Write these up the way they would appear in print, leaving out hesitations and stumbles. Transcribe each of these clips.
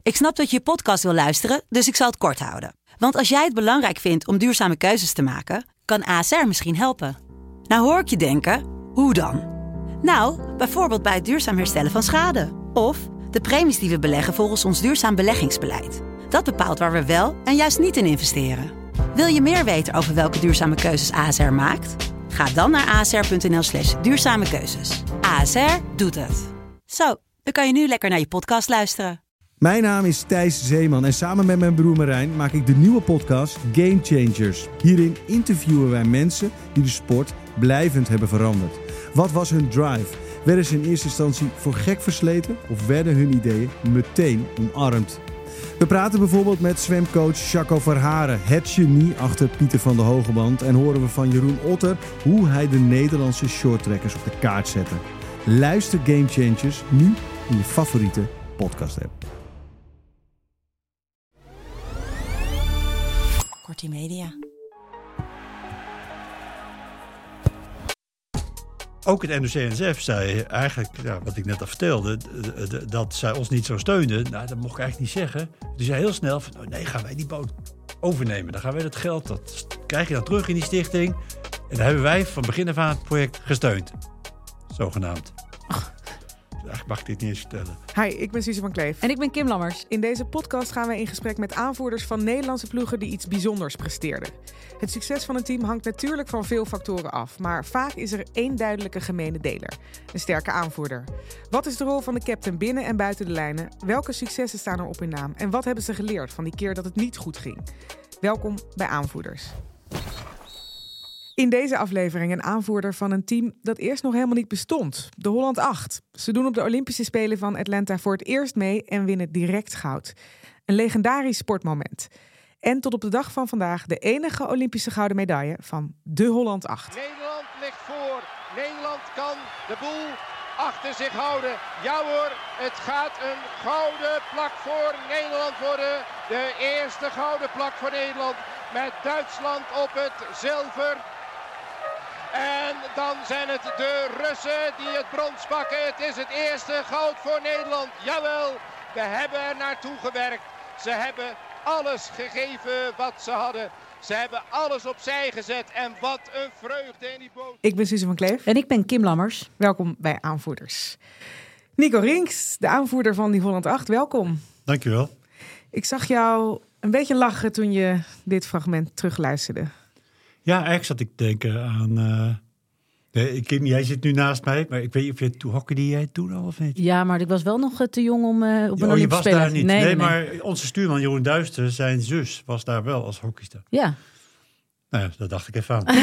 Ik snap dat je podcast wil luisteren, dus ik zal het kort houden. Want als jij het belangrijk vindt om duurzame keuzes te maken, kan ASR misschien helpen. Nou hoor ik je denken, hoe dan? Nou, bijvoorbeeld bij het duurzaam herstellen van schade. Of de premies die we beleggen volgens ons duurzaam beleggingsbeleid. Dat bepaalt waar we wel en juist niet in investeren. Wil je meer weten over welke duurzame keuzes ASR maakt? Ga dan naar asr.nl/duurzame keuzes. ASR doet het. Zo, dan kan je nu lekker naar je podcast luisteren. Mijn naam is Thijs Zeeman en samen met mijn broer Marijn maak ik de nieuwe podcast Game Changers. Hierin interviewen wij mensen die de sport blijvend hebben veranderd. Wat was hun drive? Werden ze in eerste instantie voor gek versleten of werden hun ideeën meteen omarmd? We praten bijvoorbeeld met zwemcoach Jacco Verharen, het genie achter Pieter van de Hogeband, en horen we van Jeroen Otter hoe hij de Nederlandse shorttrackers op de kaart zette. Luister Game Changers nu in je favoriete podcast app. Kortie Media. Ook het NOC-NSF zei eigenlijk, wat ik net al vertelde, dat zij ons niet zo steunden. Nou, dat mocht ik eigenlijk niet zeggen. Dus zei heel snel van, nee, gaan wij die boot overnemen. Dan gaan wij dat geld, dat krijg je dan terug in die stichting. En daar hebben wij van begin af aan het project gesteund. Zogenaamd. Eigenlijk mag ik dit niet eens vertellen. Hi, ik ben Suze van Kleef. En ik ben Kim Lammers. In deze podcast gaan wij in gesprek met aanvoerders van Nederlandse ploegen die iets bijzonders presteerden. Het succes van een team hangt natuurlijk van veel factoren af, maar vaak is er één duidelijke gemene deler: een sterke aanvoerder. Wat is de rol van de captain binnen en buiten de lijnen? Welke successen staan er op hun naam? En wat hebben ze geleerd van die keer dat het niet goed ging? Welkom bij Aanvoerders. In deze aflevering een aanvoerder van een team dat eerst nog helemaal niet bestond. De Holland 8. Ze doen op de Olympische Spelen van Atlanta voor het eerst mee en winnen direct goud. Een legendarisch sportmoment. En tot op de dag van vandaag de enige Olympische gouden medaille van de Holland 8. Nederland ligt voor. Nederland kan de boel achter zich houden. Ja hoor, het gaat een gouden plak voor Nederland worden. De eerste gouden plak voor Nederland met Duitsland op het zilver. En dan zijn het de Russen die het brons pakken. Het is het eerste goud voor Nederland. Jawel, we hebben er naartoe gewerkt. Ze hebben alles gegeven wat ze hadden. Ze hebben alles opzij gezet. En wat een vreugde in die boot. Ik ben Suze van Kleef. En ik ben Kim Lammers. Welkom bij Aanvoerders. Nico Rinks, de aanvoerder van die Holland 8. Welkom. Dankjewel. Ik zag jou een beetje lachen toen je dit fragment terugluisterde. Ja, eigenlijk zat ik te denken aan... Kim, jij zit nu naast mij, maar ik weet niet of je hockeyde jij toen al of niet? Ja, maar ik was wel nog te jong om op een Olympische je was Spelen. daar niet. Nee, maar onze stuurman Jeroen Duister, zijn zus, was daar wel als hockeyster. Ja. Nou ja, dat dacht ik even aan.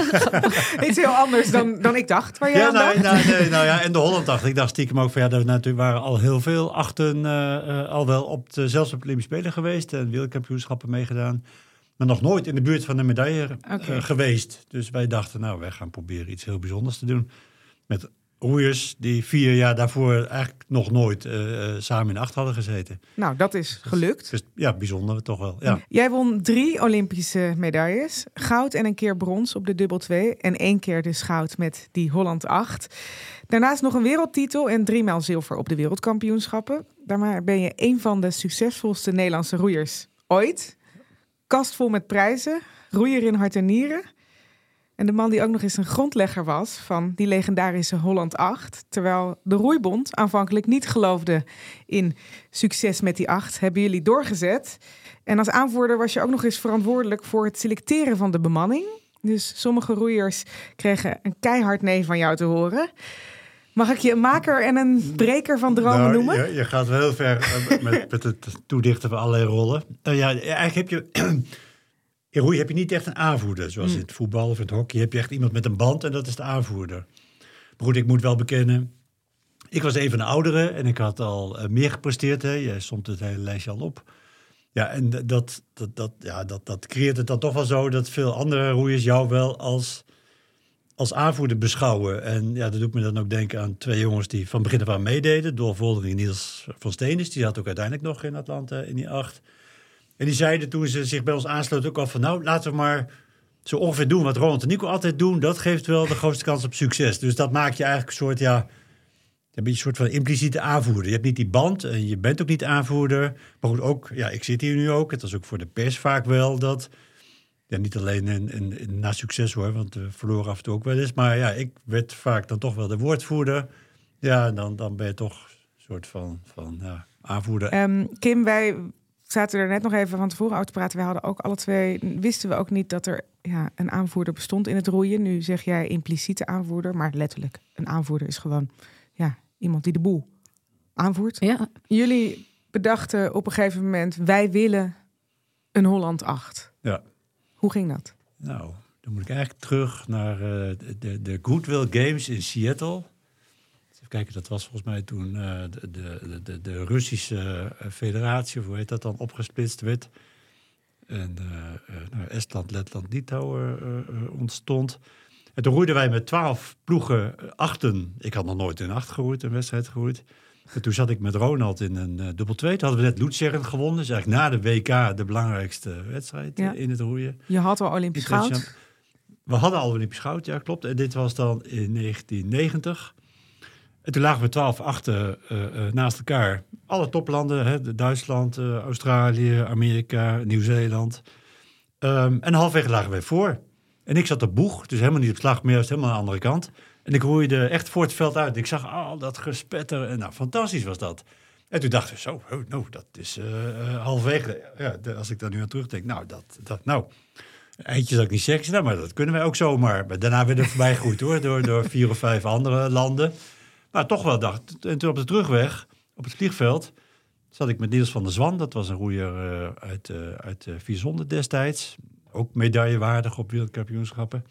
Iets heel anders dan ik dacht. Waar jij aan dacht. En de Holland 8. Ik dacht stiekem ook van er natuurlijk waren al heel veel achten al wel zelfs op de Olympische Spelen geweest en wereldkampioenschappen meegedaan. Maar nog nooit in de buurt van de medaille geweest. Dus wij dachten, wij gaan proberen iets heel bijzonders te doen. Met roeiers die 4 jaar daarvoor eigenlijk nog nooit samen in 8 hadden gezeten. Nou, dat is gelukt. Dus ja, bijzonder toch wel. Ja. Jij won 3 Olympische medailles. Goud en een keer brons op de dubbel 2. En 1 keer dus goud met die Holland 8. Daarnaast nog een wereldtitel en 3 maal zilver op de wereldkampioenschappen. Daarmee ben je een van de succesvolste Nederlandse roeiers ooit. Kast vol met prijzen, roeier in hart en nieren. En de man die ook nog eens een grondlegger was van die legendarische Holland 8. Terwijl de Roeibond aanvankelijk niet geloofde in succes met die 8, hebben jullie doorgezet. En als aanvoerder was je ook nog eens verantwoordelijk voor het selecteren van de bemanning. Dus sommige roeiers kregen een keihard nee van jou te horen. Mag ik je een maker en een breker van dromen noemen? Je gaat wel heel ver met het toedichten van allerlei rollen. Eigenlijk heb je... In roeien heb je niet echt een aanvoerder. Zoals in het voetbal of in het hockey heb je echt iemand met een band en dat is de aanvoerder. Maar goed, ik moet wel bekennen. Ik was een van de ouderen en ik had al meer gepresteerd. Hè. Jij stond het hele lijstje al op. Ja, en dat creëert het dan toch wel zo dat veel andere roeiers jou wel als aanvoerder beschouwen. En ja, dat doet me dan ook denken aan 2 jongens die van begin af aan meededen. Door Voldering en Niels van Steenis. Die zat ook uiteindelijk nog in Atlanta in die 8. En die zeiden toen ze zich bij ons aansloten ook al van... laten we maar zo ongeveer doen wat Ronald en Nico altijd doen. Dat geeft wel de grootste kans op succes. Dus dat maakt je eigenlijk een soort je een soort van impliciete aanvoerder. Je hebt niet die band en je bent ook niet aanvoerder. Maar goed, ook, ik zit hier nu ook. Het was ook voor de pers vaak wel dat... Ja, niet alleen na succes hoor, want we verloren af en toe ook wel eens. Maar ja, ik werd vaak dan toch wel de woordvoerder. Ja, dan ben je toch een soort van aanvoerder. Kim, wij zaten er net nog even van tevoren over te praten. Wij hadden ook alle twee, wisten we ook niet dat er een aanvoerder bestond in het roeien. Nu zeg jij impliciete aanvoerder, maar letterlijk. Een aanvoerder is gewoon iemand die de boel aanvoert. Ja. Jullie bedachten op een gegeven moment, wij willen een Holland 8. Ja. Hoe ging dat? Nou, dan moet ik eigenlijk terug naar de Goodwill Games in Seattle. Even kijken, dat was volgens mij toen de Russische federatie, of hoe heet dat dan, opgesplitst werd. En Estland, Letland, Litouwen ontstond. En toen roeiden wij met 12 ploegen achten. Ik had nog nooit in 8 geroeid, een wedstrijd geroeid. En toen zat ik met Ronald in een dubbel 2. Toen hadden we net Luzern gewonnen. Dus eigenlijk na de WK de belangrijkste wedstrijd in het roeien. Je had al Olympisch goud. We hadden al Olympisch goud, ja klopt. En dit was dan in 1990. En toen lagen we 12 achten naast elkaar. Alle toplanden, Duitsland, Australië, Amerika, Nieuw-Zeeland. En halfweg lagen wij voor. En ik zat op boeg, dus helemaal niet op slag meer, helemaal aan de andere kant. En ik roeide echt voor het veld uit. Ik zag al dat gespetter. En fantastisch was dat. En toen dachten we dat is halfweg. Ja, als ik daar nu aan terugdenk, eindje zou ik niet sexy, maar dat kunnen wij ook zomaar. Maar daarna werden we voorbij gegroeid hoor, door 4 of 5 andere landen. Maar toch wel dacht. En toen op de terugweg, op het vliegveld, zat ik met Niels van der Zwan. Dat was een roeier uit Vierzonde destijds. Ook medaillewaardig op wereldkampioenschappen.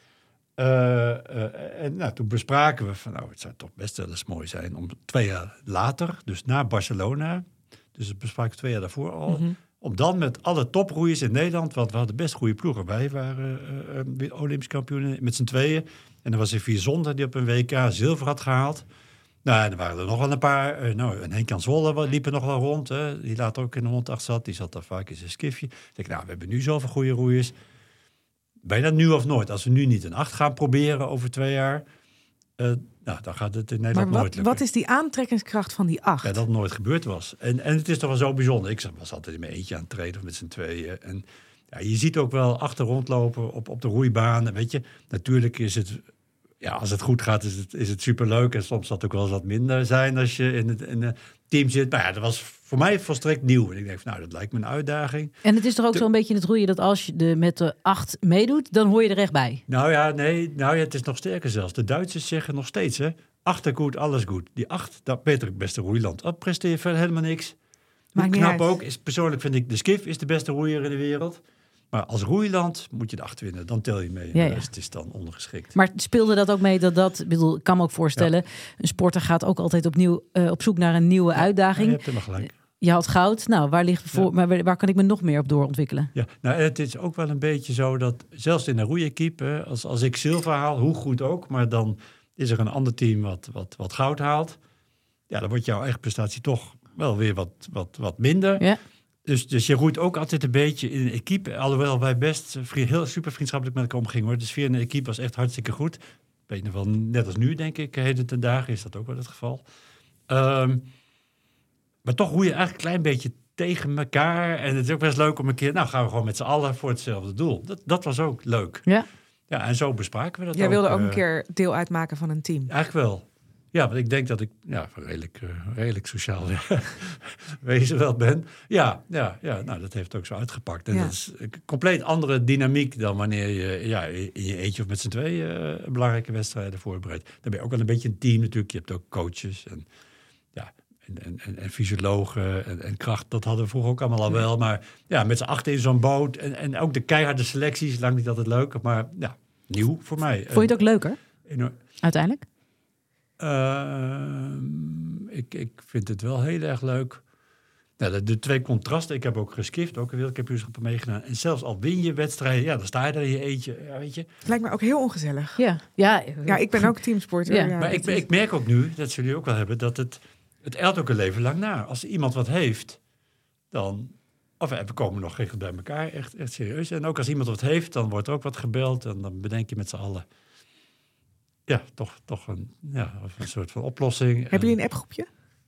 En toen bespraken we van, het zou toch best wel eens mooi zijn om 2 jaar later, dus na Barcelona, dus dat bespraken we 2 jaar daarvoor al, om dan met alle toproeiers in Nederland, want we hadden best goede ploegen. Wij waren Olympisch kampioen met z'n tweeën. En er was een Vierzonde die op een WK zilver had gehaald. Nou, en er waren er nog wel een paar. En Henk-Jan Zwolle liep er nog wel rond. Hè, die later ook in de Holland 8 zat. Die zat daar vaak in zijn skifje. Ik denk, we hebben nu zoveel goede roeiers. Bijna nu of nooit. Als we nu niet een 8 gaan proberen over 2 jaar... dan gaat het in Nederland nooit lukken. Wat is die aantrekkingskracht van die 8? Ja, dat het nooit gebeurd was. En het is toch wel zo bijzonder. Ik was altijd in mijn eentje aan het trainen of met z'n tweeën. En je ziet ook wel achter rondlopen op de roeibaan. Weet je, natuurlijk is het... Ja, als het goed gaat, is het superleuk. En soms zal het ook wel eens wat minder zijn als je in een team zit. Maar dat was voor mij volstrekt nieuw. En ik denk, dat lijkt me een uitdaging. En het is toch ook zo'n beetje in het roeien dat als je met de 8 meedoet, dan hoor je er echt bij. Het is nog sterker zelfs. De Duitsers zeggen nog steeds, hè, 8 goed, alles goed. Die 8, dat beter het beste roeiland. Dat presteer je verder helemaal niks. Maakt niet knap uit. ook, persoonlijk vind ik de Skiff is de beste roeier in de wereld. Maar als roeiland moet je de 8 winnen. Dan tel je mee. Ja. Dus het is dan ondergeschikt. Maar speelde dat ook mee ik kan me ook voorstellen, een sporter gaat ook altijd opnieuw op zoek naar een nieuwe uitdaging. Je hebt helemaal gelijk. Je had goud. Nou, waar ligt voor? Maar waar kan ik me nog meer op doorontwikkelen? Ja, het is ook wel een beetje zo dat zelfs in een roeiekeep, als ik zilver haal, hoe goed ook, maar dan is er een ander team wat goud haalt. Ja, dan wordt jouw eigen prestatie toch wel weer wat minder. Ja. Dus je roeit ook altijd een beetje in een equipe. Alhoewel wij best heel super vriendschappelijk met elkaar omgingen. De sfeer in de equipe was echt hartstikke goed. Weet je wel, net als nu, denk ik, heden ten dagen is dat ook wel het geval. Maar toch roei je eigenlijk een klein beetje tegen elkaar. En het is ook best leuk om een keer... gaan we gewoon met z'n allen voor hetzelfde doel. Dat was ook leuk. Ja, en zo bespraken we dat. Jij wilde ook een keer deel uitmaken van een team. Eigenlijk wel. Ja, want ik denk dat ik redelijk sociaal wezen wel ben. Ja, dat heeft ook zo uitgepakt. En dat is een compleet andere dynamiek dan wanneer je in je eentje of met z'n tweeën belangrijke wedstrijden voorbereidt. Dan ben je ook wel een beetje een team natuurlijk. Je hebt ook coaches en fysiologen en kracht. Dat hadden we vroeger ook allemaal al wel. Maar met z'n 8 in zo'n boot en ook de keiharde selecties, lang niet altijd leuk. Maar nieuw voor mij. Vond je het ook leuker? Uiteindelijk? Ik vind het wel heel erg leuk. De 2 contrasten. Ik heb ook geskift, ook een wereldkampioenschappen meegedaan. En zelfs al win je wedstrijden, dan sta je er in je eentje. Ja, weet je. Het lijkt me ook heel ongezellig. Ja, ik ben ook teamsporter. Ja. Maar ik merk ook nu, dat zullen jullie ook wel hebben, dat het eilt ook een leven lang na. Als iemand wat heeft, dan... we komen nog regeld bij elkaar, echt serieus. En ook als iemand wat heeft, dan wordt er ook wat gebeld. En dan bedenk je met z'n allen... ja, toch een soort van oplossing. Hebben jullie een appgroepje?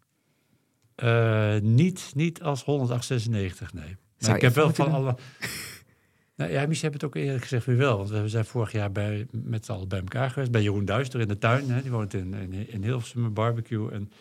Niet als 10896, nee. Zou Ik heb wel moeten van doen. alle... Nou, ja, misschien heb het ook eerlijk gezegd weer wel. Want we zijn vorig jaar met z'n allen bij elkaar geweest. Bij Jeroen Duister in de tuin. Hè, die woont in Hilversum, een barbecue. En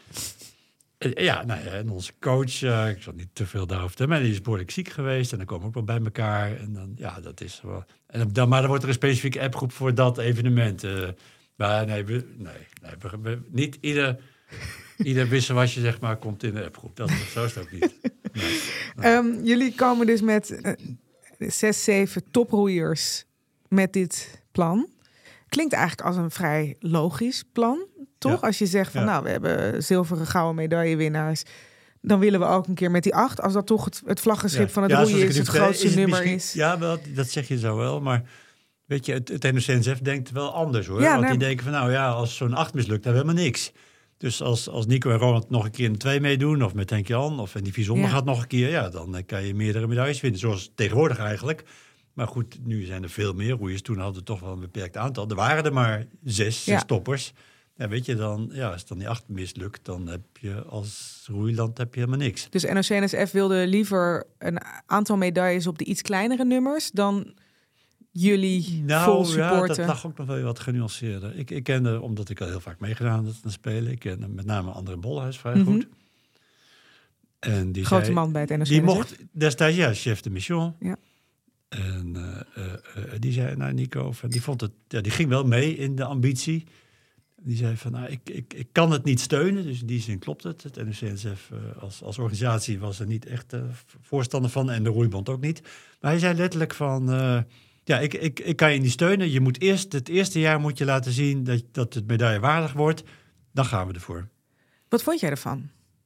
onze coach, ik zal niet te veel daarover vertellen, maar die is behoorlijk ziek geweest. En dan komen we ook wel bij elkaar. En dan, ja, dat is wel... Maar dan wordt er een specifieke appgroep voor dat evenement. Maar niet ieder wisselwasje, zeg maar, komt in de appgroep. Zo is het ook niet. Nee. Jullie komen dus met 6, 7 toproeiers met dit plan. Klinkt eigenlijk als een vrij logisch plan, toch? Ja. Als je zegt van, we hebben zilveren, gouden medaillewinnaars, dan willen we ook een keer met die 8. Als dat toch het vlaggenschip van het roeien is, het grootste nummer is. Ja, dat zeg je zo wel, maar weet je, het NOC-NSF denkt wel anders, hoor. Ja, want die denken van, als zo'n 8 mislukt, dan hebben we helemaal niks. Dus als Nico en Ronald nog een keer in de 2 meedoen, of met Henk-Jan, of in die Vizonde gaat nog een keer, dan kan je meerdere medailles winnen. Zoals tegenwoordig eigenlijk. Maar goed, nu zijn er veel meer roeiers. Toen hadden we toch wel een beperkt aantal. Er waren er maar 6 toppers. Ja, weet je, als dan die 8 mislukt, dan heb je als roeiland helemaal niks. Dus NOC-NSF wilde liever een aantal medailles op de iets kleinere nummers dan jullie vol supporten. Ja, dat lag ook nog wel wat genuanceerder. Ik kende, omdat ik al heel vaak meegedaan had aan spelen, ik kende met name André Bolhuis vrij goed. En die grote man bij het NOC-NSF. Die mocht destijds, chef de mission. Ja. En die zei naar Nico, die vond het, die ging wel mee in de ambitie. Die zei van, ik kan het niet steunen. Dus in die zin klopt het. Het NOC-NSF als organisatie was er niet echt voorstander van. En de roeibond ook niet. Maar hij zei letterlijk van, ik kan je niet steunen. Je moet het eerste jaar moet je laten zien dat het medaille waardig wordt. Dan gaan we ervoor. Wat vond jij ervan?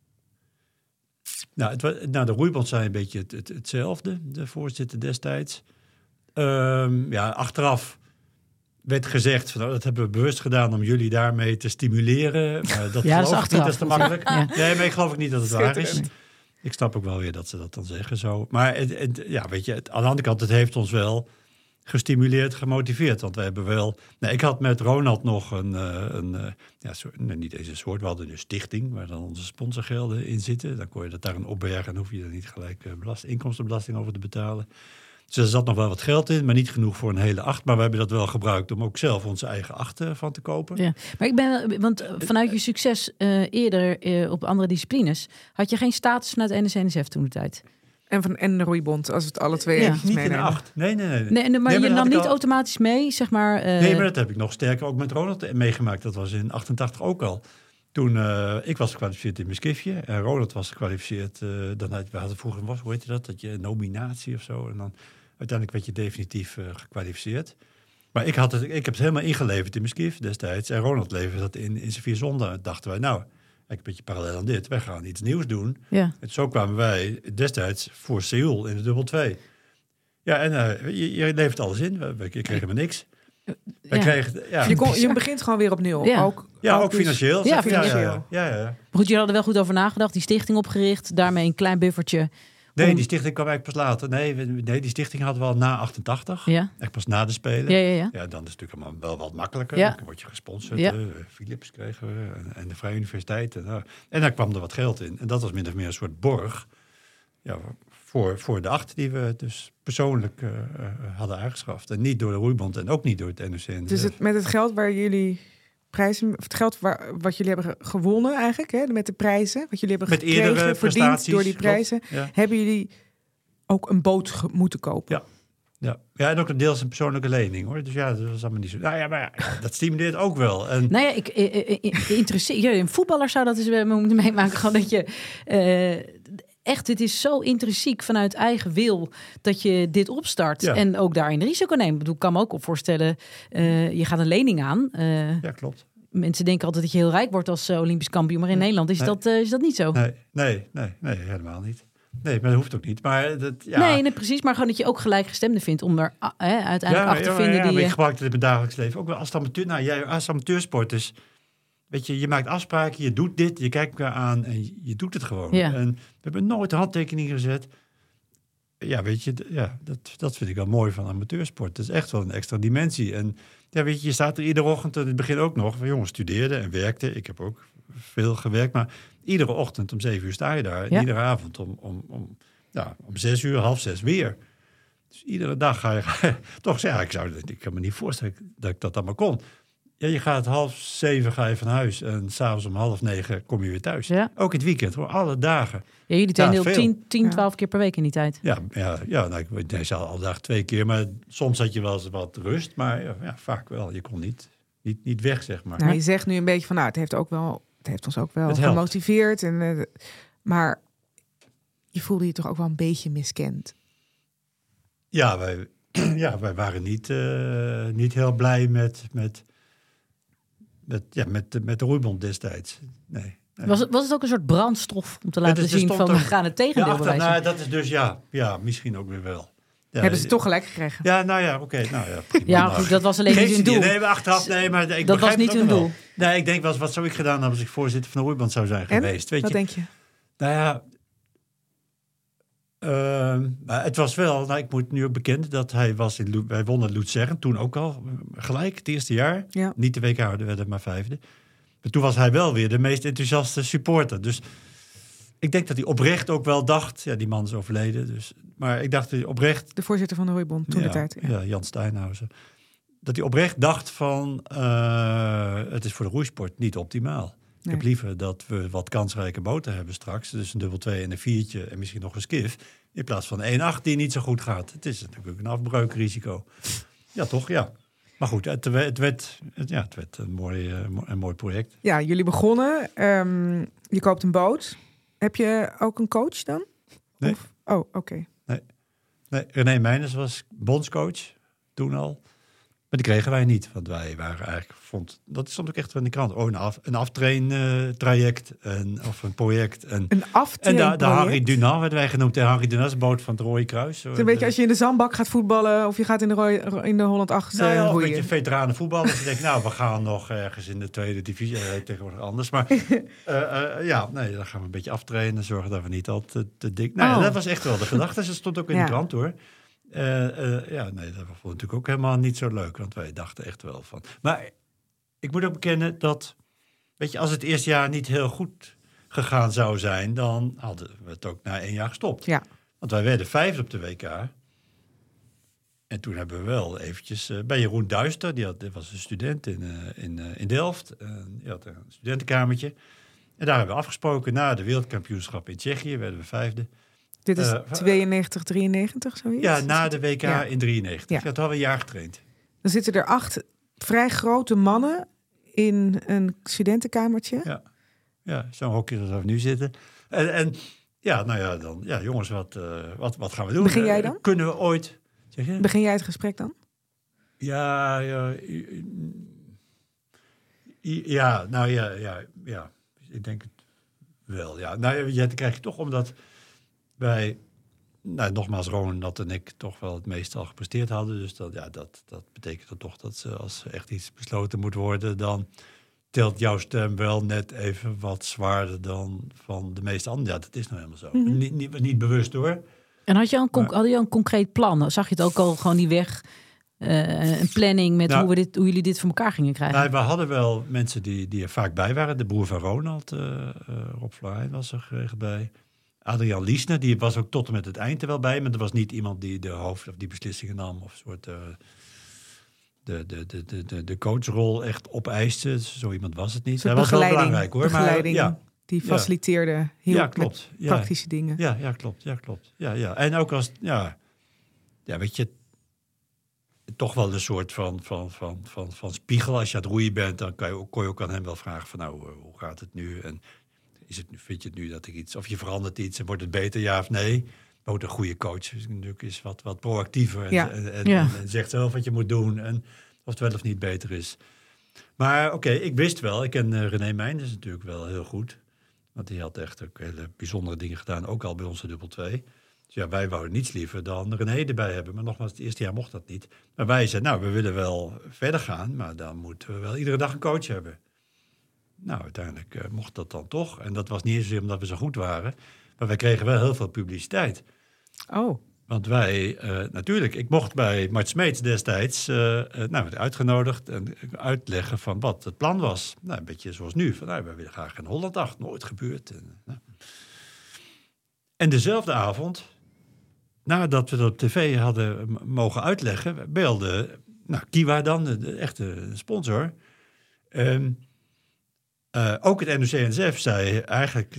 Nou, de roeibond zei een beetje hetzelfde. De voorzitter destijds. Achteraf werd gezegd, van, dat hebben we bewust gedaan om jullie daarmee te stimuleren. Maar dat geloof ik niet, dat is te makkelijk. Ja. Nee, maar ik geloof ook niet dat het waar is. Ik snap ook wel weer dat ze dat dan zeggen zo. Maar weet je, aan de andere kant, het heeft ons wel gestimuleerd, gemotiveerd. Want we hebben wel... ik had met Ronald nog niet eens een soort, we hadden een stichting waar dan onze sponsorgelden in zitten. Dan kon je dat daar een opbergen en hoef je er niet gelijk inkomstenbelasting over te betalen. Dus er zat nog wel wat geld in, maar niet genoeg voor een hele 8. Maar we hebben dat wel gebruikt om ook zelf onze eigen 8 van te kopen. Ja, maar want vanuit je succes eerder op andere disciplines, had je geen status vanuit NOC-NSF toen de tijd? En de roeibond, als het alle twee niet in de 8. Nee. Maar je nam niet automatisch mee, zeg maar... Nee, maar dat heb ik nog sterker ook met Ronald meegemaakt. Dat was in 88 ook al. Toen, ik was gekwalificeerd in Miskifje en Ronald was gekwalificeerd. We hadden vroeger, hoe heet dat je nominatie of zo. En dan uiteindelijk werd je definitief gekwalificeerd. Maar ik heb het helemaal ingeleverd in Miskif destijds. En Ronald leverde dat in zijn 4 zonden. Dachten wij, eigenlijk een beetje parallel aan dit. Wij gaan iets nieuws doen. Ja. En zo kwamen wij destijds voor Seoul in de dubbel 2. Ja, en je levert alles in. We kregen maar niks. Je begint gewoon weer op nul. Ja. Ook dus, financieel. Ja, financieel. Ja. Maar goed, jullie hadden er wel goed over nagedacht. Die stichting opgericht. Daarmee een klein buffertje. Nee, die stichting kwam eigenlijk pas later. Nee, die stichting hadden we al na 88. Ja. Echt pas na de Spelen. Ja. Ja, dan is het natuurlijk allemaal wel wat makkelijker. Ja. Dan word je gesponsord. Ja. Philips kregen we en de Vrije Universiteit. En daar kwam er wat geld in. En dat was min of meer een soort borg voor de 8 die we dus persoonlijk hadden aangeschaft. En niet door de roeibond en ook niet door het NOC. Dus met het geld waar jullie prijzen, of het geld wat jullie hebben gewonnen eigenlijk, hè, met de prijzen, wat jullie hebben gekregen, verdiend door die prijzen, hebben jullie ook een boot moeten kopen? Ja, en ook een deels een persoonlijke lening, hoor. Dus dat was allemaal niet zo. Maar dat stimuleert ook wel. En... Nou ja, een voetballer zou dat eens moeten meemaken. Gewoon dat je echt, het is zo intrinsiek vanuit eigen wil dat je dit opstart. Ja. En ook daarin risico neemt. Ik kan me ook op voorstellen, je gaat een lening aan. Ja, klopt. Mensen denken altijd dat je heel rijk wordt als Olympisch kampioen. Maar in Nederland is dat niet zo. Nee, helemaal niet. Nee, maar dat hoeft ook niet. Maar nee, precies. Maar gewoon dat je ook gelijkgestemden vindt om er uiteindelijk achter te vinden. Maar ik gebruik het in mijn dagelijks leven. Ook wel als amateursporters. Weet je maakt afspraken, je doet dit, je kijkt elkaar aan en je doet het gewoon. Ja. En we hebben nooit een handtekening gezet. ja, weet je, dat vind ik wel mooi van amateursport. Dat is echt wel een extra dimensie. En ja, weet je staat er iedere ochtend, in het begin ook nog, van jongens studeerden en werkten. Ik heb ook veel gewerkt, maar iedere ochtend om 7 uur sta je daar. En iedere avond om 6 uur, 5:30 weer. Dus iedere dag ga je toch zeggen, ik kan me niet voorstellen dat ik dat allemaal kon. Ja, je gaat 6:30 ga je van huis en s'avonds om 8:30 kom je weer thuis. Ja. Ook in het weekend, hoor, alle dagen. Ja, jullie trainen 12 keer per week in die tijd. Nou, ik deed alle dagen 2 keer, maar soms had je wel eens wat rust, maar vaak wel. Je kon niet weg, zeg maar. Nou, je zegt nu een beetje van, het heeft ons ook wel gemotiveerd. Maar je voelde je toch ook wel een beetje miskend? Ja, wij waren niet heel blij met de roeibond destijds. Nee. Was het ook een soort brandstof om te laten zien van we gaan het tegendeel bewijzen? Nou, dat is dus misschien ook weer wel. Ja, hebben ze toch gelijk gekregen? Ja, nou ja, oké. Nou ja, prima. Ja, goed, dat was alleen niet hun doel. Nee, maar achteraf, maar ik dat was niet hun doel. Nee, ik denk wel, wat zou ik gedaan hebben als ik voorzitter van de roeibond zou zijn geweest? Weet wat je? Denk je? Nou ja, het was wel, ik moet nu ook bekennen dat wij wonnen Luzern, toen ook al gelijk, het eerste jaar. Ja. Niet de WK, we werden maar 5e. Maar toen was hij wel weer de meest enthousiaste supporter. Dus ik denk dat hij oprecht ook wel dacht, die man is overleden, dus, maar ik dacht dat hij oprecht... De voorzitter van de roeibond toen de tijd. Ja, Jan Steinhausen. Dat hij oprecht dacht van, het is voor de roeisport niet optimaal. Ik heb liever dat we wat kansrijke boten hebben straks. Dus een dubbel 2 en een 4'tje en misschien nog een skif. In plaats van 1-8 die niet zo goed gaat. Het is natuurlijk een afbreukrisico. Ja, toch? Ja. Maar goed, het werd een mooi project. Ja, jullie begonnen. Je koopt een boot. Heb je ook een coach dan? Nee. Oké. Nee, René Meijners was bondscoach toen al. Maar die kregen wij niet, want wij waren eigenlijk... dat stond ook echt wel in de krant. Een aftrain-traject of een project. Een aftrain-project? En de Harry Dunant werden wij genoemd. De Harry Dunant is een boot van het Rode Kruis. Het is een beetje als je in de zandbak gaat voetballen... of je gaat in de Holland 8 of een beetje veteranen voetballers. Je denkt, we gaan nog ergens in de tweede divisie. Tegenwoordig anders. Maar dan gaan we een beetje aftrainen. Zorgen dat we niet al te dik... dat was echt wel de gedachte. Dat stond ook in de krant, hoor. Dat vond ik natuurlijk ook helemaal niet zo leuk, want wij dachten echt wel van. Maar ik moet ook bekennen dat, weet je, als het eerste jaar niet heel goed gegaan zou zijn, dan hadden we het ook na 1 jaar gestopt. Ja. Want wij werden 5e op de WK. En toen hebben we wel eventjes bij Jeroen Duister, die was een student in Delft, die had een studentenkamertje. En daar hebben we afgesproken, na de wereldkampioenschap in Tsjechië werden we 5e. Dit is 92, 93, zoiets? Ja, na de WK in 93. Ja. Dat hadden we een jaar getraind. Dan zitten er 8 vrij grote mannen in een studentenkamertje. Ja, zo'n hokje dat we nu zitten. En jongens, wat gaan we doen? Begin jij dan? Kunnen we ooit... Zeg je? Begin jij het gesprek dan? Ja. Ik denk het wel, ja. Dat krijg je toch omdat... wij, nogmaals, Ronald en ik toch wel het meeste al gepresteerd hadden. Dus dat betekent dan toch dat als echt iets besloten moet worden, dan telt jouw stem wel net even wat zwaarder dan van de meeste anderen. Ja, dat is nou helemaal zo. Mm-hmm. Niet bewust, hoor. En had je een concreet plan? Zag je het ook al gewoon die weg, een planning met hoe jullie dit voor elkaar gingen krijgen? We hadden wel mensen die er vaak bij waren. De broer van Ronald, Rob Florijn, was er geregeld bij. Adriaan Liesner, die was ook tot en met het eind er wel bij, maar er was niet iemand die de hoofd of die beslissingen nam of soort de coachrol echt opeiste. Zo iemand was het niet. Hij was wel belangrijk, hoor. Begeleiding, maar die faciliteerde heel met praktische dingen. Ja, klopt. Ja. En ook als, weet je, toch wel een soort van spiegel. Als je aan het roeien bent, dan kon je ook aan hem wel vragen van, hoe gaat het nu? En vind je het nu dat ik iets... Of je verandert iets en wordt het beter, ja of nee? Maar een goede coach is natuurlijk wat proactiever. En zegt zelf wat je moet doen. En of het wel of niet beter is. Maar oké, ik wist wel. Ik ken René Meijners natuurlijk wel heel goed. Want die had echt ook hele bijzondere dingen gedaan. Ook al bij onze dubbel 2. Dus wij wouden niets liever dan René erbij hebben. Maar nogmaals, het eerste jaar mocht dat niet. Maar wij zeiden, we willen wel verder gaan. Maar dan moeten we wel iedere dag een coach hebben. Uiteindelijk mocht dat dan toch. En dat was niet eens omdat we zo goed waren. Maar wij kregen wel heel veel publiciteit. Oh. Want wij, natuurlijk, ik mocht bij Mart Smeets destijds werd uitgenodigd en uitleggen van wat het plan was. Nou, een beetje zoals nu, van wij willen graag een Holland 8, nooit gebeurd. En dezelfde avond, nadat we dat op tv hadden mogen uitleggen, belde Kiwa dan, de echte sponsor. Ook het NOC-NSF zei eigenlijk,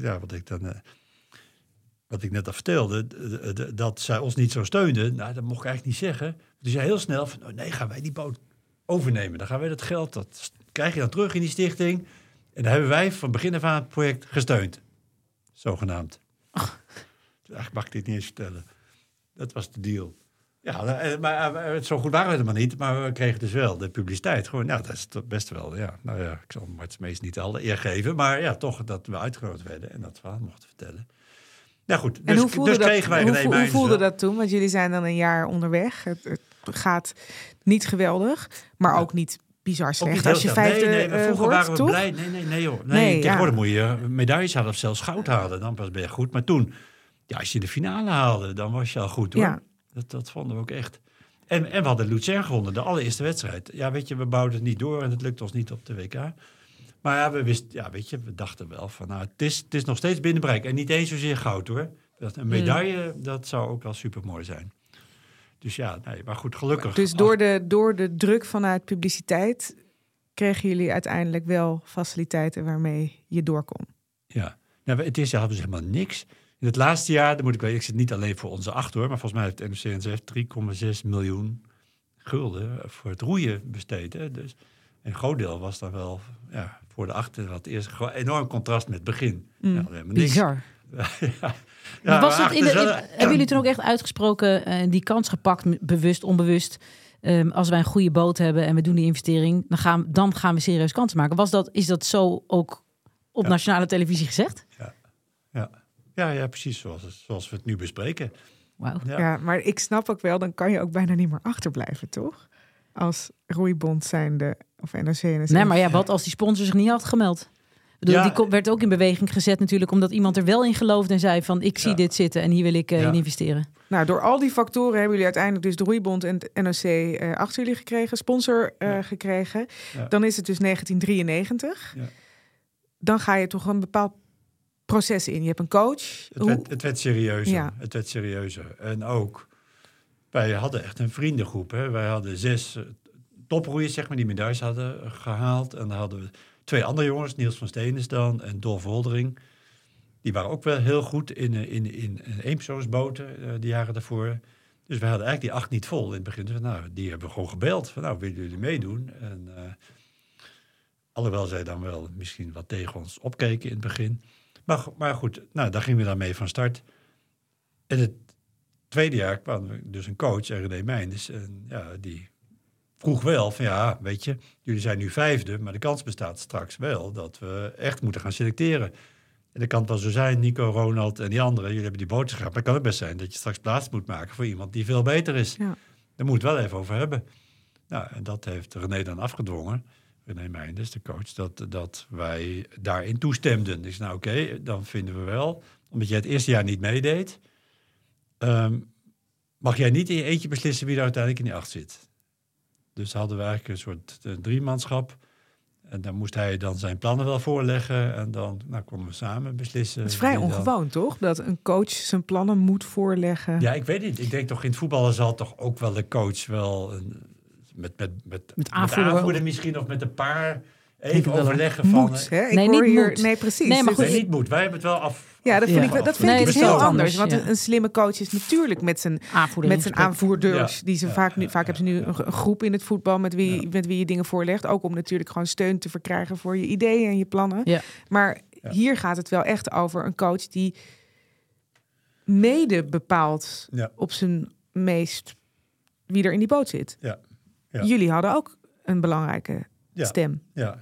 wat ik net al vertelde, dat zij ons niet zo steunden. Nou, dat mocht ik eigenlijk niet zeggen. Die zei heel snel van, nee, gaan wij die boot overnemen. Dan gaan wij dat geld, dat krijg je dan terug in die stichting. En daar hebben wij van begin af aan het project gesteund. Zogenaamd. Eigenlijk mag ik dit niet eens vertellen. Dat was de deal. Ja, maar zo goed waren we helemaal niet. Maar we kregen dus wel de publiciteit. Gewoon, dat is best wel, ja. Nou ja, ik zal Mart Smeets niet alle eer geven. Maar ja, toch dat we uitgenodigd werden en dat verhaal mochten vertellen. Nou goed, en hoe voelde dat, dat toen? Want jullie zijn dan een jaar onderweg. Het gaat niet geweldig, maar ook niet bizar slecht. Als je vijfde vroeger waren we toch? blij. Nee, joh. Nee, tegenwoordig moet je medailles halen of zelfs goud halen. Dan pas ben je goed. Maar toen, als je de finale haalde, dan was je al goed, hoor. Ja. Dat vonden we ook echt. En we hadden Luzern gewonnen, de allereerste wedstrijd. Ja, weet je, we bouwden het niet door en het lukte ons niet op de WK. Maar we dachten wel van, het is nog steeds binnen bereik. En niet eens zozeer goud, hoor. Een medaille, dat zou ook wel supermooi zijn. Dus maar goed, gelukkig. Dus door de druk vanuit publiciteit kregen jullie uiteindelijk wel faciliteiten waarmee je door kon? Ja, het eerste jaar hadden we dus helemaal niks. In het laatste jaar, ik zit niet alleen voor onze 8, hoor, maar volgens mij heeft het NOC-NSF 3,6 miljoen gulden voor het roeien besteed. Hè? Dus een groot deel was dan wel voor de 8. Dat had eerst gewoon enorm contrast met het begin. Bizar. Was het hebben jullie toen ook echt uitgesproken die kans gepakt, bewust, onbewust? Als wij een goede boot hebben en we doen die investering, dan gaan we serieus kansen maken. Is dat zo ook op nationale televisie gezegd? Ja, precies zoals we het nu bespreken. Wauw. Ja, maar ik snap ook wel, dan kan je ook bijna niet meer achterblijven, toch? Als roeibond zijnde of NOC-NSF. Nee, maar wat als die sponsor zich niet had gemeld? Die werd ook in beweging gezet natuurlijk, omdat iemand er wel in geloofde en zei van, ik zie dit zitten en hier wil ik in investeren. Nou, door al die factoren hebben jullie uiteindelijk dus de roeibond en het NOC achter jullie gekregen, sponsor gekregen. Ja. Dan is het dus 1993. Ja. Dan ga je toch een bepaald proces in. Je hebt een coach. Het werd serieuzer. Ja. Het werd serieuzer. En ook, wij hadden echt een vriendengroep. Hè. Wij hadden 6 toproeiers, zeg maar, die medailles hadden gehaald. En dan hadden we 2 andere jongens, Niels van Steenis dan en Dolf Woldering. Die waren ook wel heel goed in eenpersoonsboten die jaren daarvoor. Dus we hadden eigenlijk die 8 niet vol in het begin. Dus die hebben we gewoon gebeld. Van, willen jullie meedoen? En alhoewel zij dan wel misschien wat tegen ons opkeken in het begin. Maar goed, daar gingen we dan mee van start. En het tweede jaar kwam dus een coach, René Meijnders. En die vroeg wel van, weet je, jullie zijn nu 5e, maar de kans bestaat straks wel dat we echt moeten gaan selecteren. En dat kan het wel zo zijn, Nico, Ronald en die anderen, jullie hebben die bootjes gehad. Maar het kan ook best zijn dat je straks plaats moet maken voor iemand die veel beter is. Ja. Daar moet het wel even over hebben. En dat heeft René dan afgedwongen. René Meijnders, de coach, dat wij daarin toestemden. Dus oké, dan vinden we wel, omdat jij het eerste jaar niet meedeed, mag jij niet in je eentje beslissen wie er uiteindelijk in die 8 zit. Dus hadden we eigenlijk een soort driemanschap. En dan moest hij dan zijn plannen wel voorleggen. En dan konden we samen beslissen. Het is vrij ongewoon, toch? Dat een coach zijn plannen moet voorleggen. Ja, ik weet niet. Ik denk toch in het voetballen zal toch ook wel de coach wel met aanvoerder misschien of met een paar even overleggen van. Moet, hè? Nee, precies. Nee, maar goed, niet moet. Wij hebben het wel af. Ja, dat vind ik iets heel anders. Want een slimme coach is natuurlijk met zijn aanvoerders. Die ze vaak hebben ze nu een groep in het voetbal met wie je dingen voorlegt. Ook om natuurlijk gewoon steun te verkrijgen voor je ideeën en je plannen. Ja. Maar hier gaat het wel echt over een coach die mede bepaalt op zijn meest wie er in die boot zit. Ja. Ja. Jullie hadden ook een belangrijke stem. Ja.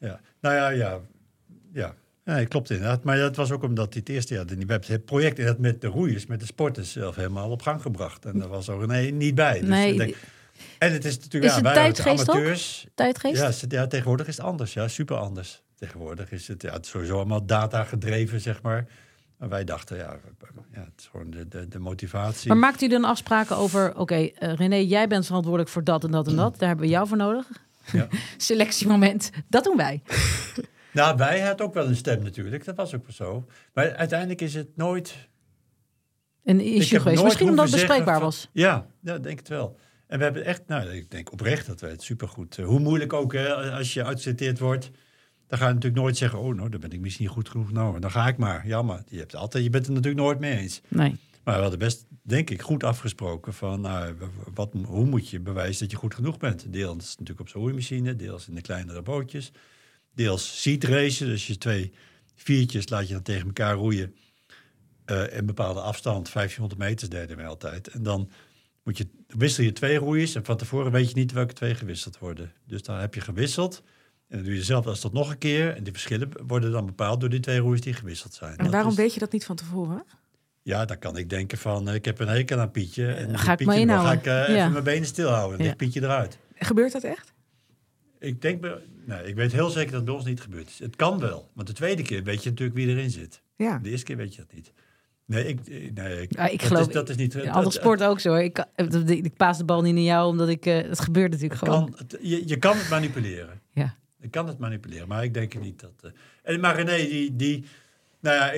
Nee, klopt inderdaad. Maar dat was ook omdat het eerste jaar... We hebben het project met de roeiers, met de sporters zelf helemaal op gang gebracht. En daar was er René niet bij. Dus en het is natuurlijk... Is het tijdgeest amateurs, ook? Tijdgeest? Ja, tegenwoordig is het anders. Ja, super anders. Tegenwoordig is het sowieso allemaal data gedreven, zeg maar. En wij dachten, het is gewoon de motivatie. Maar maakt u dan afspraken over... Oké, René, jij bent verantwoordelijk voor dat en dat en dat. Daar hebben we jou voor nodig. Ja. Selectiemoment, dat doen wij. Nou, wij hadden ook wel een stem natuurlijk. Dat was ook zo. Maar uiteindelijk is het nooit... Een issue geweest. Misschien omdat het bespreekbaar was. Ja, denk het wel. En we hebben echt... Nou, ik denk oprecht dat we het supergoed... hoe moeilijk ook, hè, als je uitgesorteerd wordt... Dan ga je natuurlijk nooit zeggen... Oh, nou, dan ben ik misschien niet goed genoeg. Nou, dan ga ik maar. Ja, maar je bent het er natuurlijk nooit mee eens. Nee. Maar we hadden best, denk ik, goed afgesproken van... hoe moet je bewijzen dat je goed genoeg bent? Deels natuurlijk op zo'n roeimachine, deels in de kleinere bootjes. Deels seat racen, dus je 2 viertjes laat je dan tegen elkaar roeien. Een bepaalde afstand, 1500 meter deden wij altijd. En dan wissel je 2 roeiers... en van tevoren weet je niet welke 2 gewisseld worden. Dus dan heb je gewisseld... En dan doe je zelf als dat nog een keer. En die verschillen worden dan bepaald door die 2 roeiers die gewisseld zijn. En waarom weet je dat niet van tevoren? Ja, dan kan ik denken van... ik heb een hekel aan Pietje. En ga ik Pietje, me inhouden. ga ik even mijn benen stilhouden. En ligt Pietje eruit. Gebeurt dat echt? Ik weet heel zeker dat het bij ons niet gebeurd is. Het kan wel. Want de tweede keer weet je natuurlijk wie erin zit. Ja. De eerste keer weet je dat niet. Nee, ik geloof... Dat is niet... In andere sport ook zo. Ik paas de bal niet naar jou, omdat het gebeurt natuurlijk gewoon. Je kan het manipuleren. Ja. Je kan het manipuleren, maar ik denk niet dat... maar René, nou ja,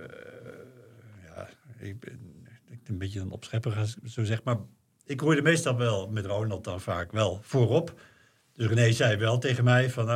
ik ben een beetje een opschepper, zo zeg maar. Ik roeide meestal wel met Ronald dan vaak wel voorop. Dus René zei wel tegen mij van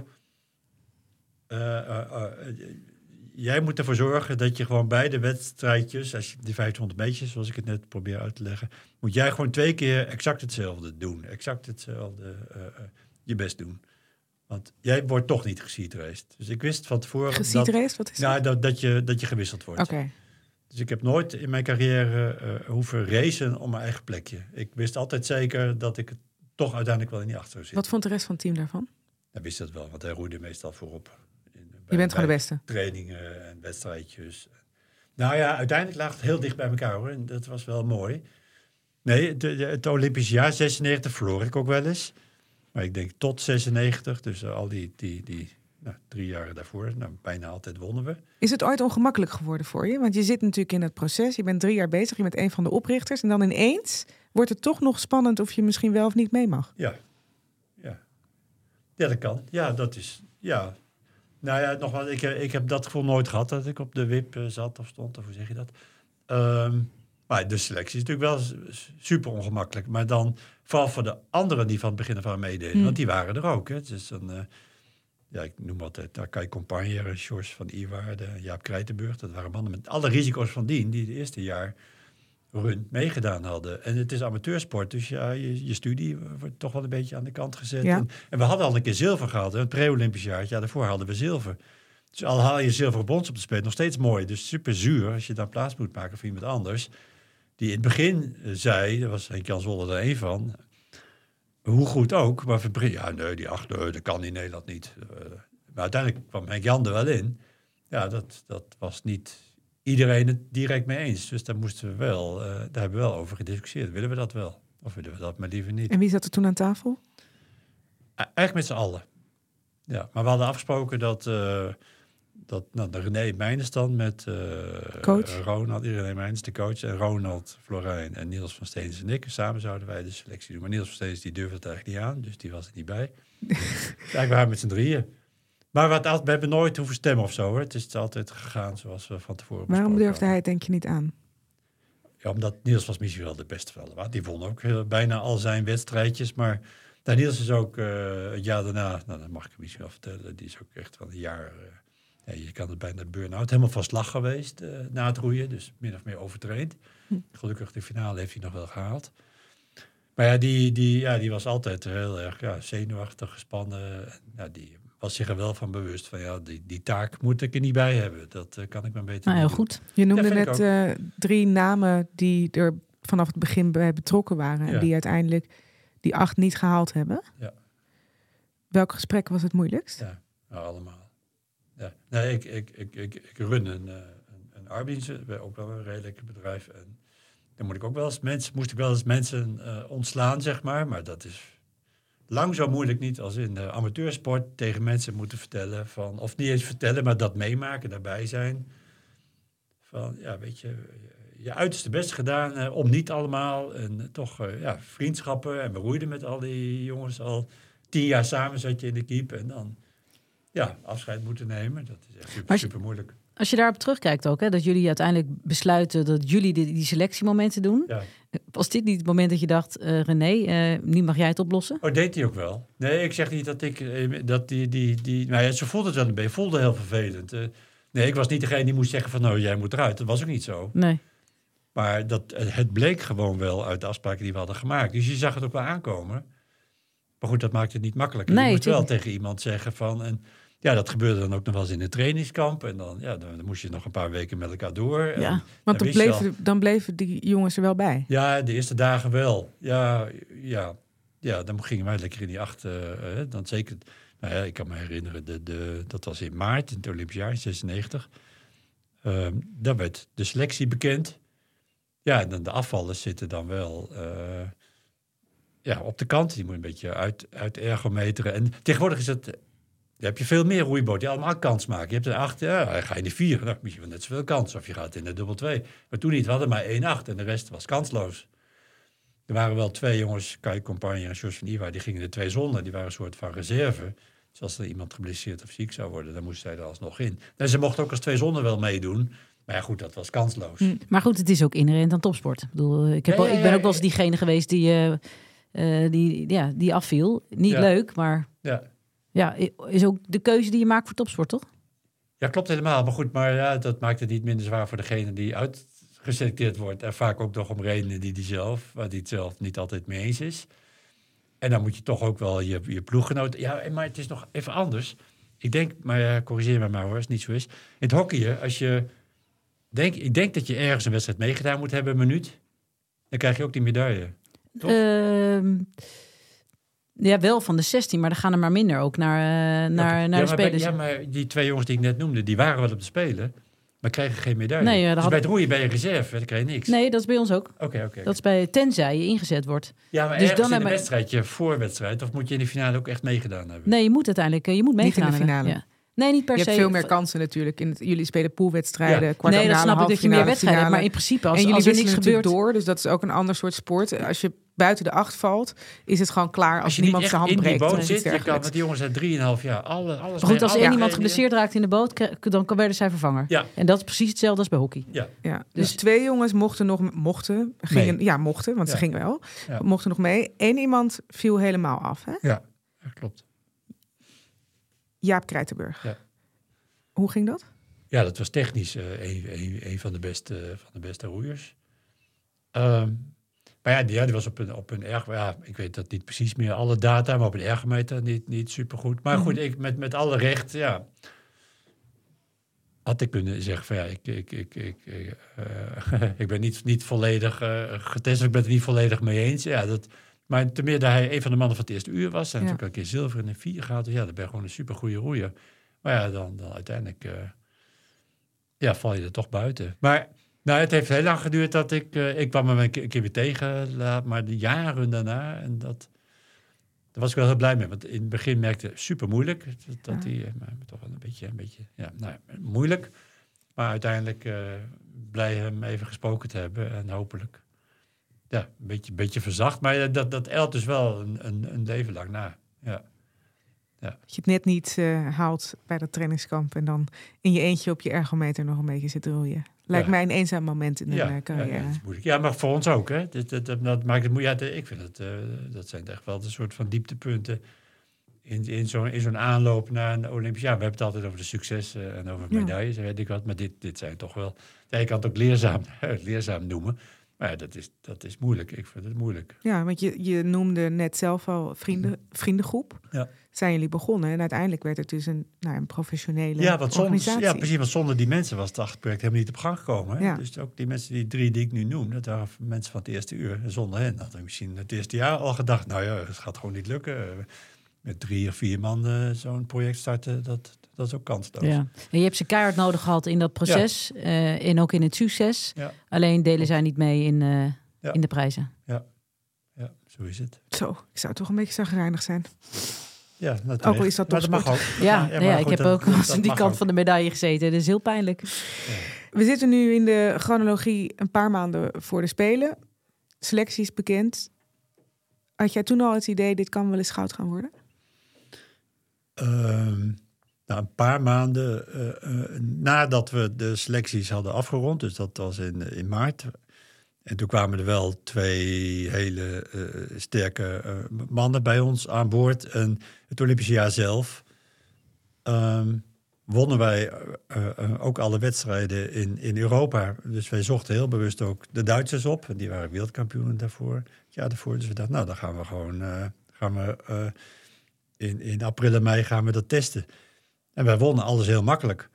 jij moet ervoor zorgen dat je gewoon beide wedstrijdjes, als je die 500 meetjes, zoals ik het net probeer uit te leggen, moet jij gewoon 2 keer exact hetzelfde doen. Exact hetzelfde je best doen. Want jij wordt toch niet geseatraced. Dus ik wist van tevoren... Geseatraced? Wat is dat? Nou, dat je gewisseld wordt. Oké. Dus ik heb nooit in mijn carrière hoeven racen om mijn eigen plekje. Ik wist altijd zeker dat ik het toch uiteindelijk wel in die achter zou zitten. Wat vond de rest van het team daarvan? Hij wist dat wel, want hij roeide meestal voorop. Je bent gewoon de beste? Trainingen en wedstrijdjes. Nou ja, uiteindelijk lag het heel dicht bij elkaar hoor. En dat was wel mooi. Nee, het Olympisch jaar 96 verloor ik ook wel eens. Maar ik denk tot 96, dus al die 3 jaren daarvoor, bijna altijd wonnen we. Is het ooit ongemakkelijk geworden voor je? Want je zit natuurlijk in het proces, je bent 3 jaar bezig, je bent een van de oprichters. En dan ineens wordt het toch nog spannend of je misschien wel of niet mee mag. Ja, dat kan. Ja, dat is... Ja. Nou ja, nogmaals, ik heb dat gevoel nooit gehad, dat ik op de wip zat of stond, of hoe zeg je dat? Maar de selectie is natuurlijk wel super ongemakkelijk. Maar dan vooral voor de anderen die van het begin af aan meededen. Want die waren er ook. Hè. Dus dan, ik noem altijd Kai Compagne, Sjors van Ierwaarde, Jaap Krijtenburg. Dat waren mannen met alle risico's van die het eerste jaar run meegedaan hadden. En het is amateursport, dus je studie wordt toch wel een beetje aan de kant gezet. Ja. En we hadden al een keer zilver gehad. Het pre-Olympisch jaar, daarvoor hadden we zilver. Dus al haal je zilveren brons op de spelen, nog steeds mooi. Dus super zuur als je dan plaats moet maken voor iemand anders. Die in het begin zei, daar was Henk Jan Zwolle er een van, hoe goed ook, maar die 8, dat kan in Nederland niet. Maar uiteindelijk kwam Henk Jan er wel in. Ja, dat was niet iedereen het direct mee eens. Dus daar moesten we wel, daar hebben we wel over gediscussieerd. Willen we dat wel? Of willen we dat maar liever niet? En wie zat er toen aan tafel? Eigenlijk met z'n allen. Ja, maar we hadden afgesproken dat de René Meijners dan met Ronald, René Meijners, de coach, en Ronald Florijn en Niels van Steens en ik. Samen zouden wij de selectie doen. Maar Niels van Steens die durfde het eigenlijk niet aan, dus die was er niet bij. Eigenlijk waren we met z'n drieën. Maar we hebben nooit hoeven stemmen of zo. Hoor. Het is altijd gegaan zoals we van tevoren Waarom durfde hij het denk je niet aan? Ja, omdat Niels was misschien wel de beste van. Die won ook bijna al zijn wedstrijdjes, maar Niels is ook het jaar daarna, dat mag ik misschien wel vertellen, die is ook echt van een jaar... je kan het bijna burn-out, helemaal van slag geweest na het roeien. Dus min of meer overtraind. Gelukkig de finale heeft hij nog wel gehaald. Maar ja, die was altijd heel erg zenuwachtig, gespannen. Die was zich er wel van bewust van die taak moet ik er niet bij hebben. Dat kan ik maar beter heel doen. goed. Je noemde net 3 namen die er vanaf het begin bij betrokken waren. En die uiteindelijk die 8 niet gehaald hebben. Ja. Welk gesprek was het moeilijkst? Ja, allemaal. Ja. Nee, ik run een Arbins, ook wel een redelijk bedrijf. En dan moest ik wel eens mensen ontslaan, zeg maar. Maar dat is lang zo moeilijk niet als in de amateursport tegen mensen moeten vertellen van, of niet eens vertellen, maar dat meemaken, daarbij zijn. van, ja, weet je uiterste best gedaan om niet allemaal. En toch vriendschappen. En we roeiden met al die jongens al 10 jaar samen zat je in de keep. En dan afscheid moeten nemen. Dat is echt super moeilijk. Als je daarop terugkijkt ook, hè, dat jullie uiteindelijk besluiten dat jullie die selectiemomenten doen. Ja. Was dit niet het moment dat je dacht, René, nu mag jij het oplossen? Oh, deed hij ook wel. Nee, ik zeg niet dat ik... Nou ja, ze voelde het wel een beetje. Voelde heel vervelend. Nee, ik was niet degene die moest zeggen van, nou, jij moet eruit. Dat was ook niet zo. Nee. Maar het bleek gewoon wel uit de afspraken die we hadden gemaakt. Dus je zag het ook wel aankomen. Maar goed, dat maakt het niet makkelijker. Nee, je moet wel tegen iemand zeggen van... En dat gebeurde dan ook nog wel eens in een trainingskamp. En dan moest je nog een paar weken met elkaar door. Ja, want dan bleven die jongens er wel bij. Ja, de eerste dagen wel. Ja, dan gingen wij lekker in die dan zeker... Nou ja, ik kan me herinneren, dat was in maart, in het Olympisch jaar, in 96. Dan werd de selectie bekend. Ja, en dan de afvallers zitten dan wel op de kant. Die moet een beetje uit ergometeren. En tegenwoordig is het... Dan heb je veel meer roeiboten die allemaal kans maken. Je hebt er 8, ga je in de 4. Dan heb je wel net zoveel kans. Of je gaat in de dubbel 2. Maar toen niet, we hadden maar 1-8 en de rest was kansloos. Er waren wel 2 jongens, Kai Compagne en George van Iwaar, die gingen de 2 zonder. Die waren een soort van reserve. Dus als er iemand geblesseerd of ziek zou worden, dan moesten zij er alsnog in. En ze mochten ook als 2 zonder wel meedoen. Maar ja, goed, dat was kansloos. Maar goed, het is ook inherent aan topsport. Ik bedoel, ik ben ook wel eens diegene geweest die afviel. Niet leuk, maar... Ja, is ook de keuze die je maakt voor topsport, toch? Ja, klopt helemaal. Maar goed, dat maakt het niet minder zwaar voor degene die uitgeselecteerd wordt. En vaak ook nog om redenen waar die het zelf niet altijd mee eens is. En dan moet je toch ook wel je ploeggenoten... Ja, maar het is nog even anders. Ik denk, maar corrigeer me maar hoor, als het niet zo is. In het hockeyen, ik denk dat je ergens een wedstrijd meegedaan moet hebben, een minuut. Dan krijg je ook die medaille. Toch? Ja, wel van de 16, maar er gaan er maar minder ook naar de spelers. Maar die 2 jongens die ik net noemde, die waren wel op de Spelen, maar kregen geen medaille. Nee, dus bij het roeien ben je reserve, dan krijg je niks. Nee, dat is bij ons ook. Oké. Dat is tenzij je ingezet wordt. Ja, maar dus ergens dan in een wedstrijdje, voorwedstrijd, of moet je in de finale ook echt meegedaan hebben? Nee, je moet uiteindelijk meegedaan hebben. Niet in de finale. Ja. Nee, niet per se. Je hebt veel meer kansen natuurlijk. Jullie spelen poolwedstrijden, kwartfinale, nee, dat snap ik dat je meer wedstrijden hebt. Maar in principe, als er niks gebeurt... door, dus dat is ook een ander soort sport. Als je buiten de 8 valt, is het gewoon klaar als niemand zijn hand breekt. Als je niet in die boot zit, je kan met die jongens uit 3,5 jaar alles... Maar goed, als iemand geblesseerd raakt in de boot, dan werden zij vervanger. Ja. En dat is precies hetzelfde als bij hockey. Ja. Dus 2 jongens mochten, want ze gingen wel. Ja. Mochten nog mee. 1 iemand viel helemaal af. Hè? Ja, klopt. Jaap Krijtenburg. Ja. Hoe ging dat? Ja, dat was technisch een van de beste roeiers. Maar die was op een ergometer. Ja, ik weet dat niet precies meer alle data, maar op een ergometer niet supergoed. Maar goed, ik met alle recht, had ik kunnen zeggen van ik ben niet volledig getest, ik ben het niet volledig mee eens. Ja, maar ten meer dat hij een van de mannen van het eerste uur was, en natuurlijk al een keer zilver in een 4 gehaald. Dus dan ben je gewoon een supergoeie roeier. Maar dan uiteindelijk val je er toch buiten. Maar het heeft heel lang geduurd dat ik kwam hem een keer weer tegen, maar de jaren daarna, en daar was ik wel heel blij mee. Want in het begin merkte ik super moeilijk, dat hij toch wel een beetje moeilijk. Maar uiteindelijk blij hem even gesproken te hebben en hopelijk een beetje verzacht. Maar dat elt dus wel een leven lang na, Ja. Dat je het net niet haalt bij dat trainingskamp en dan in je eentje op je ergometer nog een beetje zit roeien. Lijkt mij een eenzaam moment in een carrière. Ja, dat is moeilijk. Ja, maar voor ons ook. Hè. Dat maakt het moeilijk. Ja, ik vind het, dat zijn echt wel een soort van dieptepunten in zo'n aanloop naar een Olympisch jaar. We hebben het altijd over de successen en over medailles, weet ik wat. Maar dit zijn toch wel... Ja, je kan het ook leerzaam noemen. Maar ja, dat is moeilijk. Ik vind het moeilijk. Ja, want je noemde net zelf al vriendengroep. Ja. Zijn jullie begonnen en uiteindelijk werd het dus een professionele organisatie. Ja, precies. Want zonder die mensen was het project helemaal niet op gang gekomen. Hè? Ja. Dus ook die mensen, die 3 die ik nu noem, dat waren mensen van het eerste uur. En zonder hen hadden we misschien het eerste jaar al gedacht, het gaat gewoon niet lukken. Met 3 of 4 man zo'n project starten, dat is ook kansloos. Ja. En je hebt ze keihard nodig gehad in dat proces en ook in het succes. Ja. Alleen delen zij niet mee in de prijzen. Ja, zo is het. Zo, ik zou toch een beetje zagrijnig zijn. Ja, ook al is dat toch mag ook. Ja, ik heb ook aan die kant van de medaille gezeten. Dat is heel pijnlijk. We zitten nu in de chronologie een paar maanden voor de Spelen. Selectie is bekend. Had jij toen al het idee, dit kan wel eens goud gaan worden? Een paar maanden nadat we de selecties hadden afgerond, dus dat was in maart. En toen kwamen er wel 2 hele sterke mannen bij ons aan boord. En het Olympische jaar zelf wonnen wij ook alle wedstrijden in Europa. Dus wij zochten heel bewust ook de Duitsers op. Die waren wereldkampioenen daarvoor. Ja, daarvoor. Dus we dachten, nou, dan gaan we gewoon in april en mei gaan we dat testen. En wij wonnen alles heel makkelijk.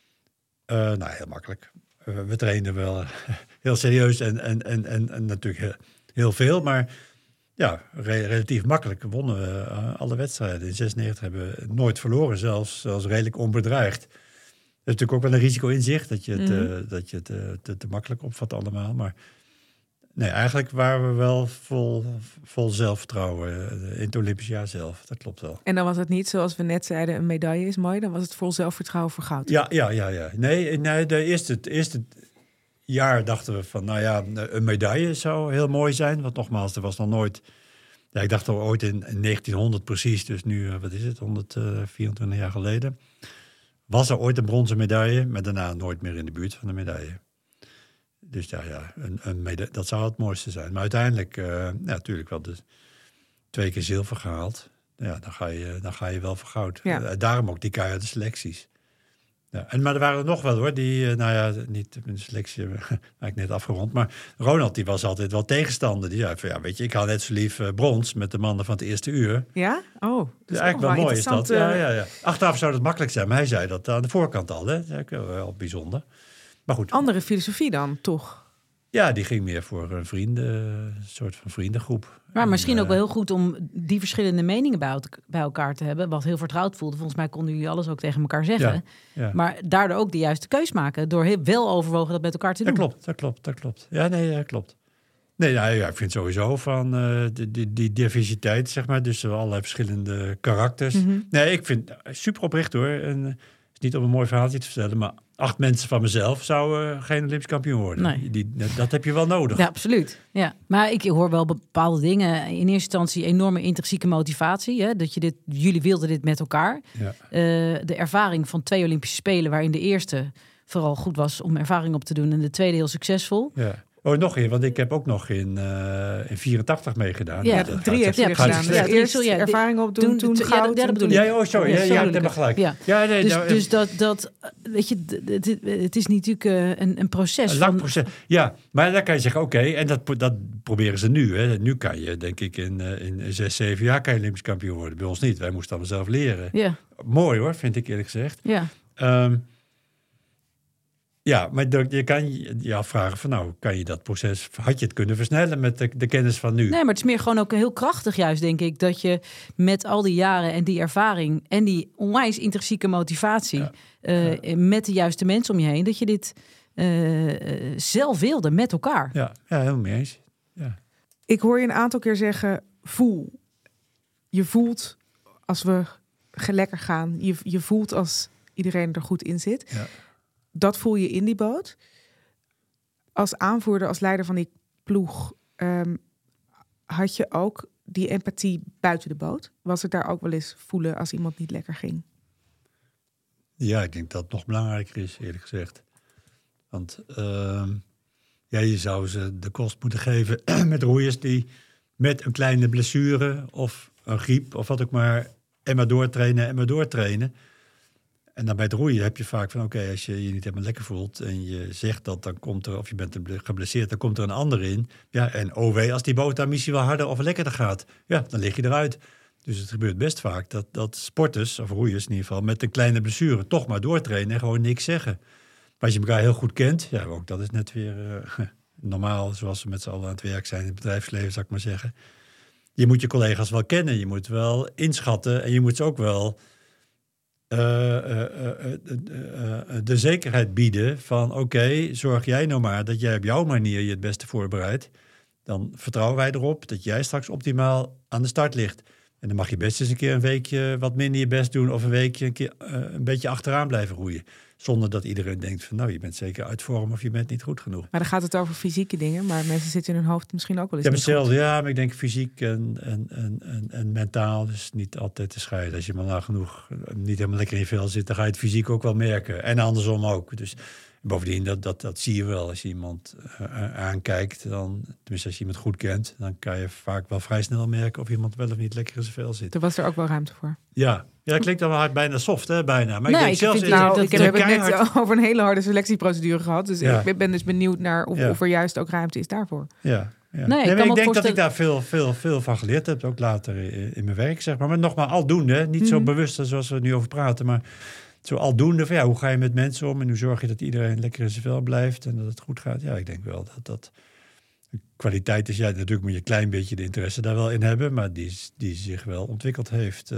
Heel makkelijk. We trainden wel heel serieus en natuurlijk heel veel. Maar ja, relatief makkelijk wonnen we alle wedstrijden. In 96 hebben we nooit verloren, zelfs redelijk onbedreigd. Er is natuurlijk ook wel een risico in zich dat je het te makkelijk opvat allemaal. Maar nee, eigenlijk waren we wel vol zelfvertrouwen in het Olympisch jaar zelf. Dat klopt wel. En dan was het niet, zoals we net zeiden, een medaille is mooi. Dan was het vol zelfvertrouwen voor goud. Ja. Nee, de eerste jaar dachten we van, een medaille zou heel mooi zijn. Want nogmaals, er was nog nooit... Ja, ik dacht al ooit in 1900 precies, dus nu, 124 jaar geleden... was er ooit een bronzen medaille, maar daarna nooit meer in de buurt van de medaille. Dus een medaille, dat zou het mooiste zijn. Maar uiteindelijk, natuurlijk wel 2 keer zilver gehaald. Ja, dan ga je wel voor goud. Ja. Daarom ook die keiharde selecties. Ja, maar er waren er nog wel hoor, die, niet de selectie eigenlijk net afgerond, maar Ronald die was altijd wel tegenstander. Die zei van, weet je, ik haal net zo lief brons met de mannen van het eerste uur. Ja? Oh, dus eigenlijk wel mooi is dat. Ja. Achteraf zou het makkelijk zijn, maar hij zei dat aan de voorkant al. Hè? Dat is wel bijzonder. Maar goed. Andere filosofie dan, toch? Ja, die ging meer voor een soort van vriendengroep. Maar misschien ook wel heel goed om die verschillende meningen bij elkaar te hebben. Wat heel vertrouwd voelde. Volgens mij konden jullie alles ook tegen elkaar zeggen. Ja. Maar daardoor ook de juiste keus maken. Door heel wel overwogen dat met elkaar te doen. Dat klopt. Ja, nee, klopt. Nee, ik vind sowieso van die diversiteit, zeg maar. Dus allerlei verschillende karakters. Mm-hmm. Nee, ik vind super oprecht hoor. En het is niet om een mooi verhaaltje te vertellen, maar 8 mensen van mezelf zouden geen Olympisch kampioen worden. Nee. Dat heb je wel nodig. Ja, absoluut. Ja. Maar ik hoor wel bepaalde dingen. In eerste instantie enorme intrinsieke motivatie. Hè? Dat jullie wilden dit met elkaar. Ja. De ervaring van 2 Olympische Spelen, waarin de eerste vooral goed was om ervaring op te doen en de tweede heel succesvol. Ja. Oh, nog een, want ik heb ook nog in 84 meegedaan. Ja, 3 heeft je gedaan. Dus eerst ervaring opdoen, toen goud. Ja, dat bedoel ik. Ja, sorry. Ja, je hebt helemaal gelijk. Ja. Ja, nee, dus dat weet je, het is natuurlijk een proces. Een lang proces. Ja, maar dan kan je zeggen, oké, en dat proberen ze nu. Hè. Nu kan je, denk ik, in 6, 7 jaar kan je Olympisch kampioen worden. Bij ons niet. Wij moesten allemaal zelf leren. Ja. Mooi hoor, vind ik eerlijk gezegd. Ja. Ja, maar je kan je afvragen van kan je dat proces, had je het kunnen versnellen met de kennis van nu? Nee, maar het is meer gewoon ook heel krachtig juist, denk ik, dat je met al die jaren en die ervaring en die onwijs intrinsieke motivatie met de juiste mensen om je heen, dat je dit zelf wilde met elkaar. Ja, helemaal mee eens. Ja. Ik hoor je een aantal keer zeggen, voel. Je voelt als we lekker gaan. Je voelt als iedereen er goed in zit. Ja. Dat voel je in die boot. Als aanvoerder, als leider van die ploeg, had je ook die empathie buiten de boot? Was het daar ook wel eens voelen als iemand niet lekker ging? Ja, ik denk dat het nog belangrijker is, eerlijk gezegd. Want je zou ze de kost moeten geven met roeiers die met een kleine blessure of een griep of wat ook maar en maar doortrainen. En dan bij het roeien heb je vaak van als je je niet helemaal lekker voelt en je zegt dat, dan komt er, of je bent geblesseerd, dan komt er een ander in. Ja, en als die boot dan misschien wel harder of lekkerder gaat, ja, dan lig je eruit. Dus het gebeurt best vaak dat sporters, of roeiers in ieder geval, met een kleine blessure toch maar doortrainen en gewoon niks zeggen. Maar als je elkaar heel goed kent, ja, ook dat is net weer normaal, zoals we met z'n allen aan het werk zijn in het bedrijfsleven, zou ik maar zeggen. Je moet je collega's wel kennen, je moet wel inschatten en je moet ze ook wel de zekerheid bieden van zorg jij nou maar dat jij op jouw manier je het beste voorbereidt. Dan vertrouwen wij erop dat jij straks optimaal aan de start ligt. En dan mag je best eens een keer een weekje wat minder je best doen... of een weekje een keer een beetje achteraan blijven roeien. Zonder dat iedereen denkt van nou, je bent zeker uit vorm of je bent niet goed genoeg. Maar dan gaat het over fysieke dingen, maar mensen zitten in hun hoofd misschien ook wel eens Ja, maar ik denk fysiek en mentaal is niet altijd te scheiden. Als je maar nou genoeg niet helemaal lekker in je vel zit, dan ga je het fysiek ook wel merken. En andersom ook. Dus bovendien, dat zie je wel. Als je iemand aankijkt, dan, tenminste als je iemand goed kent, dan kan je vaak wel vrij snel merken of iemand wel of niet lekker in zijn vel zit. Er was er ook wel ruimte voor. Ja, dat klinkt dan wel hard, bijna soft, hè, bijna. Maar Nee, ik denk zelfs... Ik heb het net over een hele harde selectieprocedure gehad. Dus ik ben dus benieuwd naar of er juist ook ruimte is daarvoor. Ja. Ja. Nee, ik denk dat ik daar veel van geleerd heb. Ook later in mijn werk, zeg maar. Maar nogmaals, aldoende. Niet zo bewust zoals we er nu over praten. Maar zo aldoende van hoe ga je met mensen om? En hoe zorg je dat iedereen lekker in zijn vel blijft? En dat het goed gaat? Ja, ik denk wel dat kwaliteit is. Ja, natuurlijk moet je een klein beetje de interesse daar wel in hebben. Maar die zich wel ontwikkeld heeft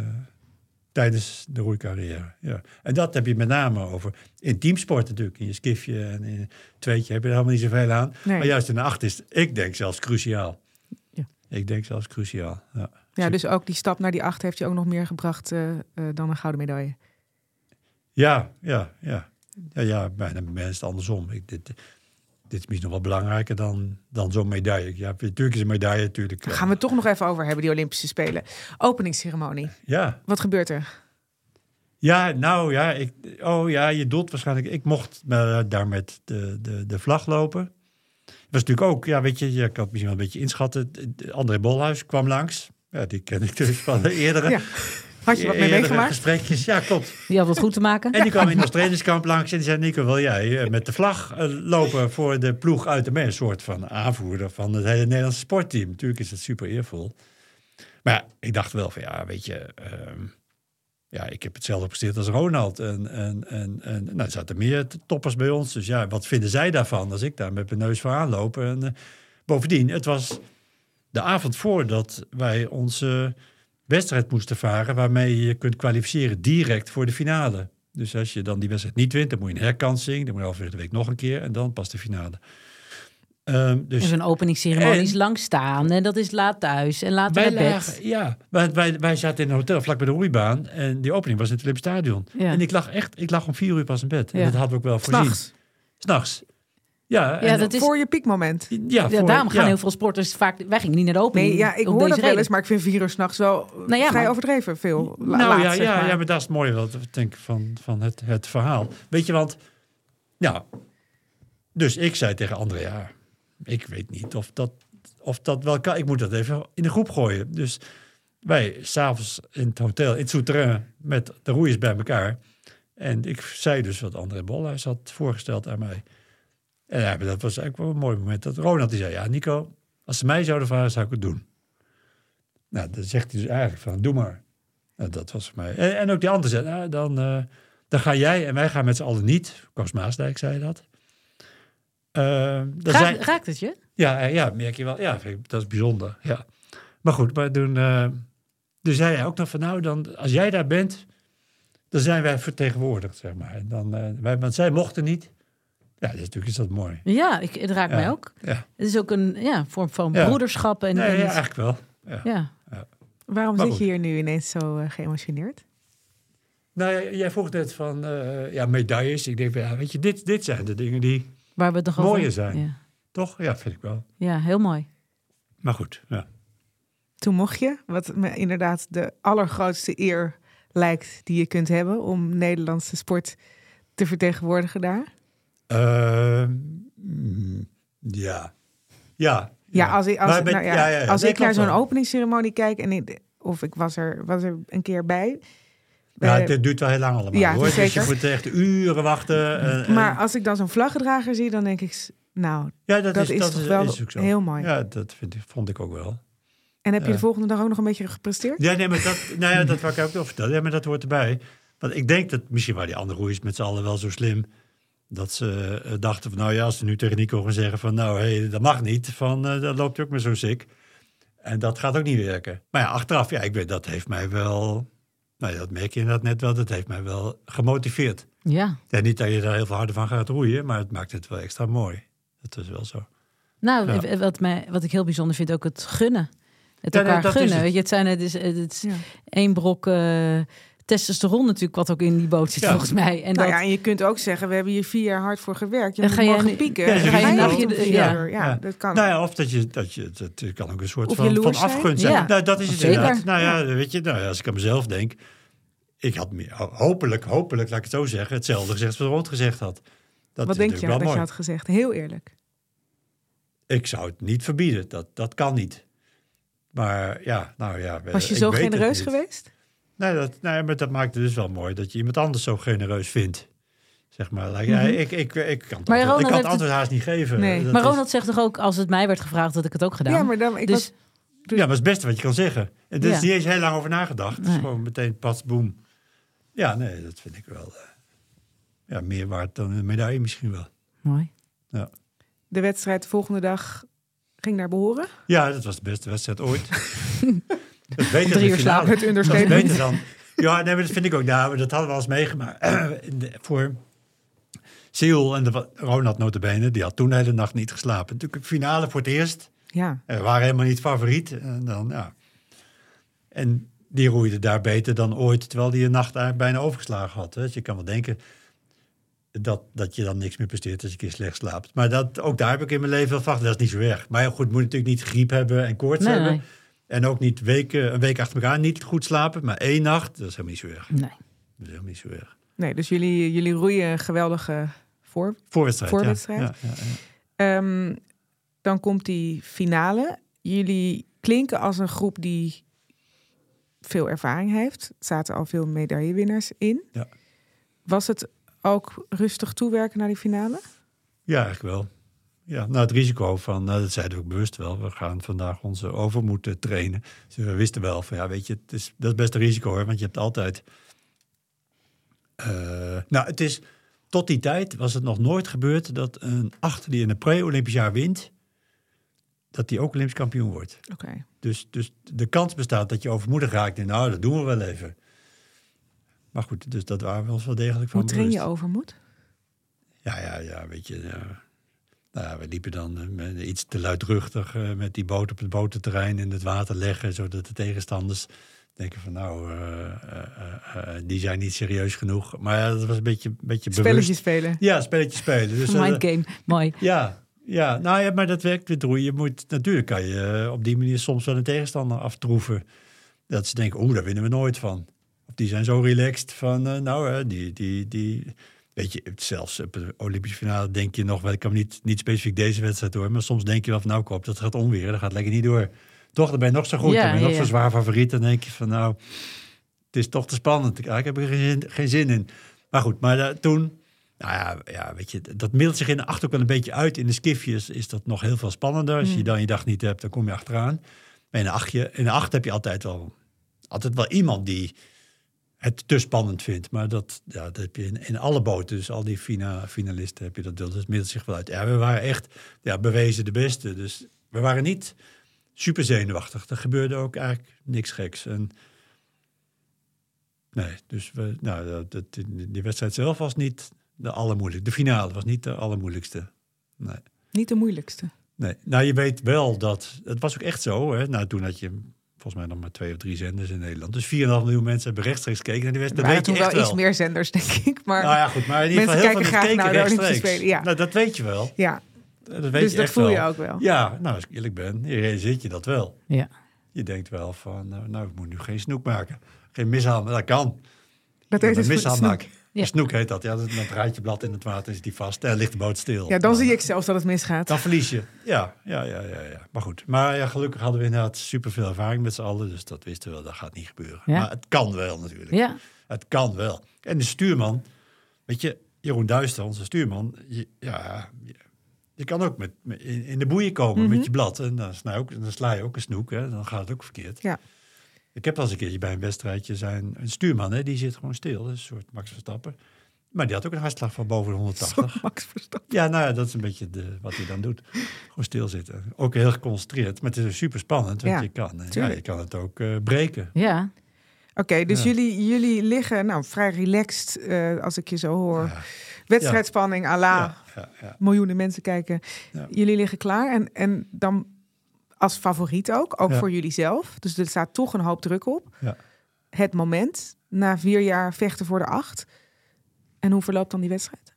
tijdens de roeicarrière. Ja. En dat heb je met name over in teamsport natuurlijk. In je skifje en in een tweetje heb je er helemaal niet zoveel aan. Nee. Maar juist in de 8 is, ik denk zelfs cruciaal. Ja. Ik denk zelfs cruciaal. Ja, dus ook die stap naar die 8 heeft je ook nog meer gebracht dan een gouden medaille. Ja, bijna bij mij is het andersom. Dit is misschien nog wel belangrijker dan zo'n medaille. Ja, natuurlijk is een medaille natuurlijk... Daar gaan we het toch nog even over hebben, die Olympische Spelen. Openingsceremonie. Ja. Wat gebeurt er? Ja, nou ja, je doelt waarschijnlijk... Ik mocht daar met de vlag lopen. Dat was natuurlijk ook, ja, weet je kan het misschien wel een beetje inschatten. André Bolhuis kwam langs. Ja, die ken ik dus van de eerdere... Ja. Had je wat mee meegemaakt? Gesprekjes, ja, klopt. Die had wat goed te maken. En die kwam in ons trainingskamp langs en die zei... Nico, wil jij met de vlag lopen voor de ploeg uit de een soort van aanvoerder van het hele Nederlandse sportteam. Natuurlijk is het super eervol. Maar ja, ik dacht wel van, ja, weet je... ik heb hetzelfde gepresteerd als Ronald. En er zaten meer toppers bij ons. Dus ja, wat vinden zij daarvan als ik daar met mijn neus vooraan loop? En bovendien, het was de avond voordat wij onze... wedstrijd moesten varen waarmee je kunt kwalificeren direct voor de finale. Dus als je dan die wedstrijd niet wint, dan moet je een herkansing. Dan moet je halverwege de week nog een keer en dan pas de finale. Dus zo'n openingsceremonie is lang staan en dat is laat thuis en laat naar bed. Ja, wij zaten in een hotel vlak bij de roeibaan en die opening was in het Olympisch Stadion. Ja. En ik lag om 4 uur pas in bed. Ja. En dat hadden we ook wel voorzien. S'nachts. Ja, dat is voor je piekmoment. Daarom gaan heel veel sporters vaak... Wij gingen niet naar de opening. Nee, ik hoor dat wel eens, maar ik vind 4 uur 's nachts wel vrij overdreven veel. Maar dat is het mooie wat ik denk van het verhaal. Weet je, want... Ja, dus ik zei tegen André, ik weet niet of dat wel kan. Ik moet dat even in de groep gooien. Dus wij s'avonds in het hotel, in het souterrain, met de roeiers bij elkaar. En ik zei dus wat André Bolhuis had voorgesteld aan mij. En dat was eigenlijk wel een mooi moment. Dat Ronald die zei, ja Nico, als ze mij zouden vragen, zou ik het doen. Nou, dan zegt hij dus eigenlijk van, doe maar. Nou, dat was voor mij. En ook die andere zei, dan ga jij en wij gaan met z'n allen niet. Koos Maasdijk zei dat. Raakt het je? Ja, merk je wel. Ja, dat is bijzonder. Ja. Maar goed, toen zei hij ook nog van, nou, dan, als jij daar bent, dan zijn wij vertegenwoordigd, zeg maar. En dan, want zij mochten niet. Ja, natuurlijk is dat mooi. Ja, het raakt mij ook. Ja. Het is ook een vorm van broederschap. En eigenlijk wel. Ja. Waarom zit je hier nu ineens zo geëmotioneerd? Nou, jij vroeg net van medailles. Ik denk, weet je, dit zijn de dingen die waar we het mooier zijn. Ja. Toch? Ja, vind ik wel. Ja, heel mooi. Maar goed, ja. Toen mocht je, wat me inderdaad de allergrootste eer lijkt die je kunt hebben om Nederlandse sport te vertegenwoordigen daar. Als ik naar zo'n openingsceremonie kijk of ik was er een keer bij. Ja, het duurt wel heel lang allemaal. Ja, hoor. Dus je moet echt uren wachten. Maar als ik dan zo'n vlaggedrager zie, dan denk ik, nou, dat is toch wel heel mooi. Ja, dat vond ik ook wel. En heb je de volgende dag ook nog een beetje gepresteerd? Ja, nee, maar dat wou ik ook nog vertellen. Ja, maar dat hoort erbij. Want ik denk dat misschien waren die andere roeiers met z'n allen wel zo slim. Dat ze dachten van, nou ja, als ze nu tegen Nico gaan zeggen van, nou, dat mag niet. Dan loopt hij ook met zo'n sik. En dat gaat ook niet werken. Maar ja, achteraf, dat heeft mij wel... Nou, dat merk je inderdaad net wel. Dat heeft mij wel gemotiveerd. Ja. En niet dat je daar heel veel harder van gaat roeien, maar het maakt het wel extra mooi. Dat is wel zo. Nou, wat ik heel bijzonder vind, ook het gunnen. Het elkaar dat gunnen. is Weet je, het is één brok testosteron natuurlijk, wat ook in die boot zit, volgens mij. En en je kunt ook zeggen, we hebben hier 4 jaar hard voor gewerkt. Je Dan moet ga je morgen nu- pieken. Ja, Dan je ga je risico. nachtje om 4 uur. Ja, dat kan. Nou ja, of dat kan ook een soort Of van jaloers zijn. afgunst zijn. Ja. Nou, dat is het Zeker. inderdaad. Nou ja, weet je, als ik aan mezelf denk, ik had meer, hopelijk, laat ik het zo zeggen, hetzelfde gezegd wat Ron gezegd had. Dat Wat is denk je natuurlijk dat wel je mooi. had gezegd? Heel eerlijk. Ik zou het niet verbieden, dat kan niet. Maar ja, Was je ik zo weet het genereus niet. geweest? Nee, maar dat maakt het dus wel mooi dat je iemand anders zo genereus vindt. Zeg maar. Ik kan Maar Ronald het heeft antwoord haast niet geven. Nee. Dat Maar is- Ronald zegt toch ook, als het mij werd gevraagd, dat ik het ook gedaan. Ja, maar dan, Dus Ja, maar het is het beste wat je kan zeggen. En er is Ja. niet eens heel lang over nagedacht. Het is Nee. gewoon meteen pas, boem. Ja, nee, dat vind ik wel meer waard dan een medaille misschien wel. mooi. Ja. de wedstrijd de volgende dag ging naar behoren. Ja, dat was de beste wedstrijd ooit. Dat is beter 3 dan de uur finale. slapen. Het Dat is understatement. beter dan... Ja, nee, maar dat vind ik ook. Nou, maar dat hadden we al eens meegemaakt. Voor Seoul en Ronald notabene, die had toen de hele nacht niet geslapen. Natuurlijk de finale voor het eerst. Ja. We waren helemaal niet favoriet. En, dan, ja. En die roeide daar beter dan ooit, terwijl die een nacht eigenlijk bijna overgeslagen had. Hè. Dus je kan wel denken dat je dan niks meer presteert als je een keer slecht slaapt. Maar ook daar heb ik in mijn leven wel van, dat is niet zo erg. Maar ja, goed, moet natuurlijk niet griep hebben en koorts Nee, hebben. nee. En ook niet een week achter elkaar niet goed slapen, maar 1 nacht, dat is helemaal niet zo erg. Nee. Dat is helemaal niet zo erg. Nee, dus jullie roeien een geweldige Voorwedstrijd, Voorwedstrijd. Ja. Dan komt die finale. Jullie klinken als een groep die veel ervaring heeft. Er zaten al veel medaillewinnaars in. Ja. Was het ook rustig toewerken naar die finale? Ja, eigenlijk wel. Ja, nou, het risico van, dat zeiden we ook bewust wel. We gaan vandaag onze overmoed trainen. Dus we wisten wel van, ja, weet je, dat is best een risico hoor. Want je hebt altijd... het is... Tot die tijd was het nog nooit gebeurd dat een achter die in een pre-Olympisch jaar wint, dat die ook Olympisch kampioen wordt. Oké. Dus de kans bestaat dat je overmoedig raakt. En nou, dat doen we wel even. Maar goed, dus dat waren we ons wel degelijk van Hoe train je bewust. overmoed? Ja, weet je. We liepen dan iets te luidruchtig met die boot op het botenterrein in het water leggen, zodat de tegenstanders denken van die zijn niet serieus genoeg. Maar ja, dat was een beetje bewust. Spelletjes spelen. Ja, spelletjes spelen. Dus, Mindgame, mooi. Ja, maar dat werkt weer roeien. Natuurlijk kan je op die manier soms wel een tegenstander aftroeven. Dat ze denken, daar winnen we nooit van. Of die zijn zo relaxed van, die weet je, zelfs op de Olympische finale denk je nog wel, ik kan niet specifiek deze wedstrijd door, maar soms denk je wel van, ik hoop dat gaat onweer, dat gaat lekker niet door. Toch, dan ben je nog zo goed, dan ben je nog zo zwaar favoriet, dan denk je van, het is toch te spannend. Ik heb er geen zin in. Maar goed, toen, weet je, dat middelt zich in de acht ook wel een beetje uit. In de skifjes is dat nog heel veel spannender. Als je dan je dag niet hebt, dan kom je achteraan. Maar in de acht heb je altijd wel iemand die het te spannend vindt. Maar dat heb je in alle boten. Dus al die finalisten heb je dat. Dat middelt zich wel uit. Ja, we waren echt bewezen de beste. Dus we waren niet super zenuwachtig. Er gebeurde ook eigenlijk niks geks. Dus die wedstrijd zelf was niet de allermoeilijkste. De finale was niet de allermoeilijkste. Nee. Niet de moeilijkste. Nee. Nou, je weet wel dat... Het was ook echt zo. Hè? Nou, toen had je volgens mij nog maar 2 of 3 zenders in Nederland. Dus 4,5 miljoen mensen hebben rechtstreeks gekeken naar die wedstrijd. Dat weet je echt wel wel. iets meer zenders, denk ik. Maar nou ja, goed. Maar in ieder geval mensen heel veel kijken graag naar de Olympische rechtstreeks. Spelen. Ja. Nou, dat weet je wel. Ja. Dat weet Dus je dat echt voel je wel. ook wel. Ja, nou, als ik eerlijk ben, je realiseert je dat wel. Ja. Je denkt wel van, ik moet nu geen snoek maken. Geen mishaal, dat kan. Dat heet een het mishaal snoek. maken. Ja. Snoek heet dat. Ja, dan draait je blad in het water, is die vast. En ligt de boot stil. Ja, dan zie ik zelfs dat het misgaat. Dan verlies je. Ja. Maar goed. Maar ja, gelukkig hadden we inderdaad superveel ervaring met z'n allen. Dus dat wisten we wel, dat gaat niet gebeuren. Ja. Maar het kan wel natuurlijk. Ja. Het kan wel. En de stuurman, weet je, Jeroen Duister, onze stuurman. Je kan ook in de boeien komen met je blad. En dan sla je ook een snoek. Hè. Dan gaat het ook verkeerd. Ja. Ik heb al eens een keertje bij een wedstrijdje een stuurman, hè, die zit gewoon stil. Dat is een soort Max Verstappen. Maar die had ook een hartslag van boven de 180. Max Verstappen. Ja, nou ja, dat is een beetje wat hij dan doet. Gewoon stilzitten. Ook heel geconcentreerd. Maar het is super spannend, want je kan het ook breken. Ja. Oké, dus jullie liggen vrij relaxed, als ik je zo hoor. Ja. Wedstrijdspanning, à la Ja. miljoenen mensen kijken. Ja. Jullie liggen klaar en dan als favoriet ook voor jullie zelf. Dus er staat toch een hoop druk op. Ja. Het moment, na 4 jaar vechten voor de 8. En hoe verloopt dan die wedstrijd?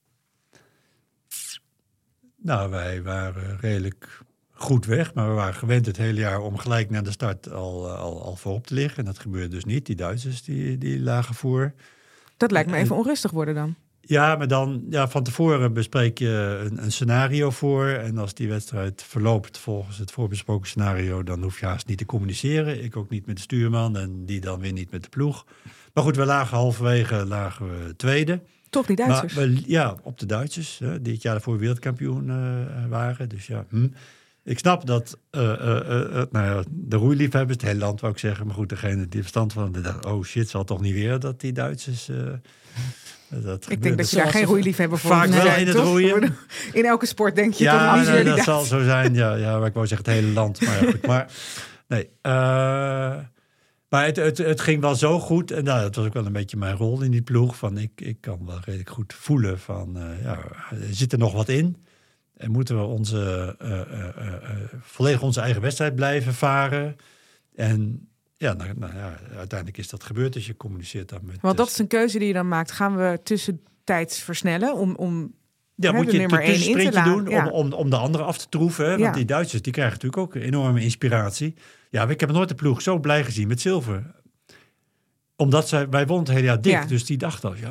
Nou, wij waren redelijk goed weg, maar we waren gewend het hele jaar om gelijk na de start al voorop te liggen. En dat gebeurde dus niet. Die Duitsers die lagen voor. Dat lijkt me even onrustig worden dan. Ja, maar dan van tevoren bespreek je een scenario voor. En als die wedstrijd verloopt volgens het voorbesproken scenario, dan hoef je haast niet te communiceren. Ik ook niet met de stuurman en die dan weer niet met de ploeg. Maar goed, we lagen halverwege tweede. Toch die Duitsers? Maar op de Duitsers, die het jaar daarvoor wereldkampioen waren. Dus ik snap dat de roeiliefhebbers, het hele land wou ik zeggen, maar goed, degene die verstand van dacht, oh shit, zal toch niet weer dat die Duitsers... ik denk dat je daar geen roeiliefhebber voor vaak wel in het roeien. In elke sport denk je toch niet zo. Dat zal zo zijn. Ja, maar ik wou zeggen het hele land. Maar ja, goed. Maar nee. Maar het ging wel zo goed. En dat was ook wel een beetje mijn rol in die ploeg. Van ik kan wel redelijk goed voelen van zit er nog wat in? En moeten we volledig onze eigen wedstrijd blijven varen? En uiteindelijk is dat gebeurd. Dus je communiceert dan met... Want dat is een keuze die je dan maakt. Gaan we tussentijds versnellen om moet je nummer 1 in te laten doen om de anderen af te troeven. Hè? Want die Duitsers die krijgen natuurlijk ook enorme inspiratie. Ja, ik heb nog nooit de ploeg zo blij gezien met zilver. Omdat wij wonnen het hele jaar dik. Ja. Dus die dachten al,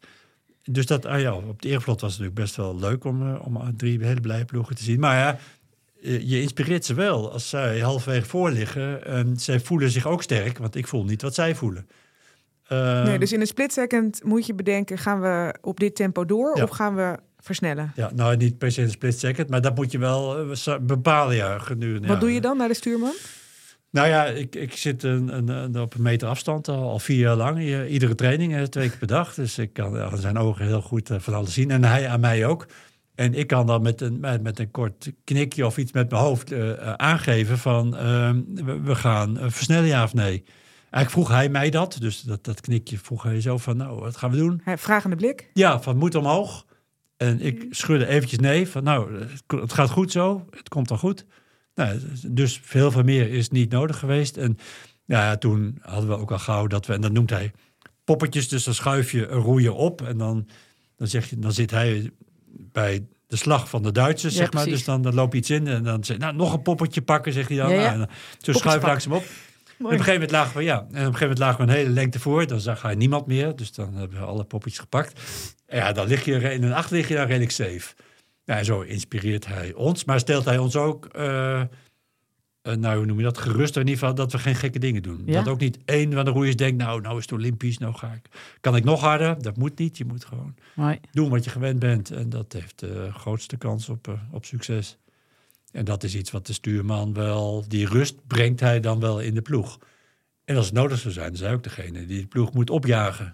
Dus dat, op de Erevlot was het natuurlijk best wel leuk om 3 hele blije ploegen te zien. Maar je inspireert ze wel als zij halverwege voor liggen. En zij voelen zich ook sterk, want ik voel niet wat zij voelen. Nee, dus in een split second moet je bedenken, gaan we op dit tempo door of gaan we versnellen? Ja, nou niet per se in een split second, maar dat moet je wel bepalen. Gedurende, Wat doe je dan naar de stuurman? Nou ja, ik zit op een meter afstand al 4 jaar lang. Iedere training, 2 keer per dag. Dus ik kan aan zijn ogen heel goed van alles zien. En hij aan mij ook. En ik kan dan met een kort knikje of iets met mijn hoofd aangeven van... we gaan versnellen, ja of nee. Eigenlijk vroeg hij mij dat. Dus dat knikje vroeg hij zo van, nou, wat gaan we doen? Vragende blik? Ja, van moet omhoog. En ik schudde eventjes nee. Van nou, het gaat goed zo. Het komt al goed. Nou, dus veel van meer is niet nodig geweest. En toen hadden we ook al gauw dat we... En dan noemt hij poppetjes. Dus dan schuif je een roeier op. En dan zit hij bij de slag van de Duitsers, zeg maar. Precies. Dus dan loop je iets in. En dan zeg je, nog een poppetje pakken, zegt hij dan. Ja. En zo schuif langs hem op. En op een gegeven moment lagen we een hele lengte voor. Dan zag hij niemand meer. Dus dan hebben we alle poppetjes gepakt. En ja, dan lig je in een 8 lig je daar redelijk safe. Ja, zo inspireert hij ons. Maar stelt hij ons ook, hoe noem je dat, gerust in ieder geval dat we geen gekke dingen doen. Ja. Dat ook niet één van de roeiers denkt, nou is het Olympisch, kan ik nog harder? Dat moet niet. Je moet gewoon doen wat je gewend bent. En dat heeft de grootste kans op succes. En dat is iets wat de stuurman wel, die rust brengt hij dan wel in de ploeg. En als het nodig zou zijn, dan is hij ook degene die de ploeg moet opjagen.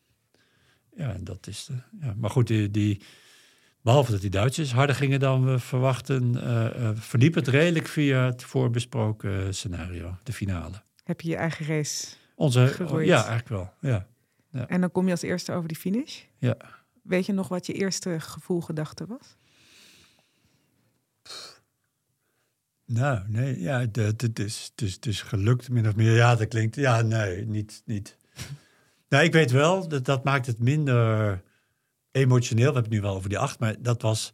Ja, en dat is maar goed, behalve dat die Duitsers harder gingen dan we verwachten, verliep het redelijk via het voorbesproken scenario, de finale. Heb je je eigen race geroeid? Ja, eigenlijk wel. Ja. En dan kom je als eerste over die finish? Ja. Weet je nog wat je eerste gevoel, gedachte was? Nou, nee, ja, het is gelukt, min of meer. Ja, dat klinkt, nee, niet. Nou, ik weet wel, dat maakt het minder emotioneel. We hebben het nu wel over die 8, maar dat was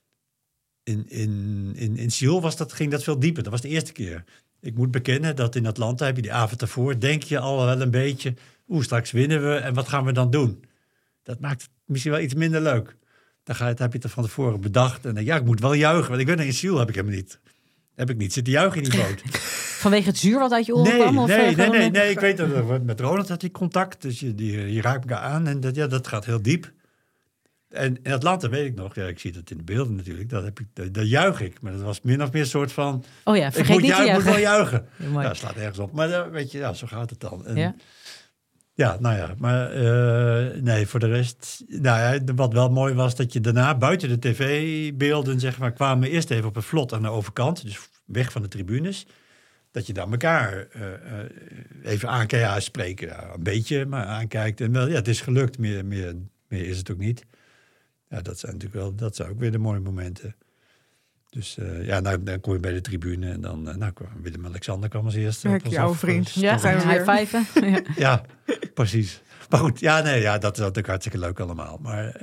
in Seoul ging dat veel dieper. Dat was de eerste keer. Ik moet bekennen dat in Atlanta heb je die avond daarvoor, denk je al wel een beetje, straks winnen we en wat gaan we dan doen? Dat maakt het misschien wel iets minder leuk. Dan heb je het er van tevoren bedacht en ik moet wel juichen, want ik weet in Seoul heb ik niet zitten juichen in die boot. Vanwege het zuur wat uit je oren kwam? Nee, ik weet dat met Ronald had hij contact. Dus je raakt elkaar aan en dat gaat heel diep. En in Atlanta weet ik nog, ik zie dat in de beelden natuurlijk, dat juich ik. Maar dat was min of meer een soort van... Oh ja, vergeet niet te juichen. Ik moet wel juichen. Ja, dat slaat ergens op. Maar weet je, zo gaat het dan. En, maar nee, voor de rest... wat wel mooi was, dat je daarna buiten de tv-beelden, zeg maar, kwamen we eerst even op het vlot aan de overkant, dus weg van de tribunes, dat je dan elkaar even aankijkt, spreken, een beetje, maar aankijkt. En wel, het is gelukt, meer is het ook niet. Ja, dat zijn natuurlijk wel, dat zijn ook weer de mooie momenten. Dus dan kom je bij de tribune en dan Willem-Alexander kwam als eerste. Kijk, jouw vriend. Ja, zijn we high-fiven. Ja, precies. Maar goed, dat is natuurlijk hartstikke leuk allemaal. Maar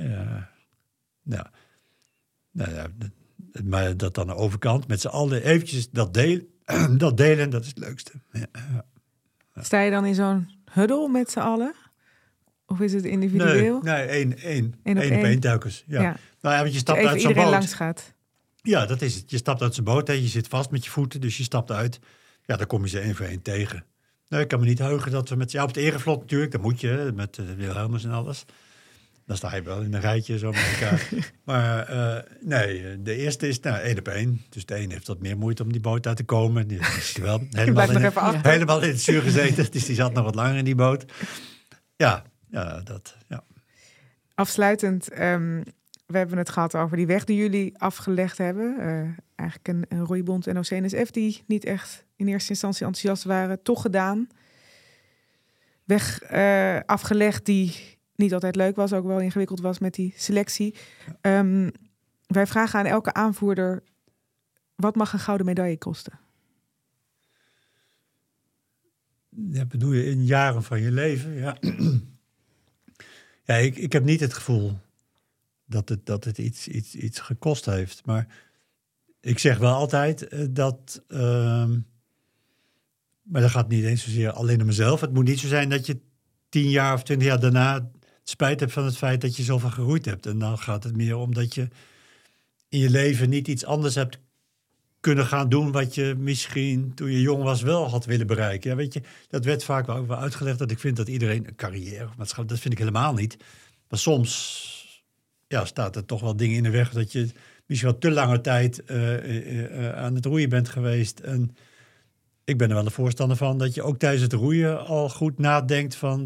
maar dat dan de overkant met z'n allen eventjes dat delen, dat is het leukste. Ja. Sta je dan in zo'n huddle met z'n allen? Of is het individueel? Nee, één op één telkens. Ja. Ja. Nou ja, want je stapt Even uit zo'n iedereen boot. langs gaat. Ja, dat is het. Je stapt uit zijn boot en je zit vast met je voeten, dus je stapt uit. Ja, dan kom je ze één voor één tegen. Nou, ik kan me niet heugen dat we op het Erevlot natuurlijk, dat moet je, met Wilhelmus en alles. Dan sta je wel in een rijtje zo met elkaar. Maar de eerste is 1 op 1. Dus de een heeft wat meer moeite om die boot uit te komen. Die is wel helemaal in het zuur gezeten. Dus die zat nog wat langer in die boot. Ja. Afsluitend, we hebben het gehad over die weg die jullie afgelegd hebben. Eigenlijk een roeibond en OCNSF die niet echt in eerste instantie enthousiast waren. Toch gedaan. Weg afgelegd die niet altijd leuk was, ook wel ingewikkeld was met die selectie. Wij vragen aan elke aanvoerder, wat mag een gouden medaille kosten? Ja, bedoel je in jaren van je leven? Ja, ik heb niet het gevoel dat het iets gekost heeft. Maar ik zeg wel altijd dat... maar dat gaat niet eens zozeer alleen om mezelf. Het moet niet zo zijn dat je 10 jaar of 20 jaar daarna spijt hebt van het feit dat je zoveel geroeid hebt. En dan gaat het meer om dat je in je leven niet iets anders hebt kunnen gaan doen wat je misschien toen je jong was wel had willen bereiken. Ja, weet je, dat werd vaak wel uitgelegd dat ik vind dat iedereen een carrière, dat vind ik helemaal niet. Maar soms staat er toch wel dingen in de weg dat je misschien wel te lange tijd aan het roeien bent geweest. En ik ben er wel een voorstander van dat je ook tijdens het roeien al goed nadenkt van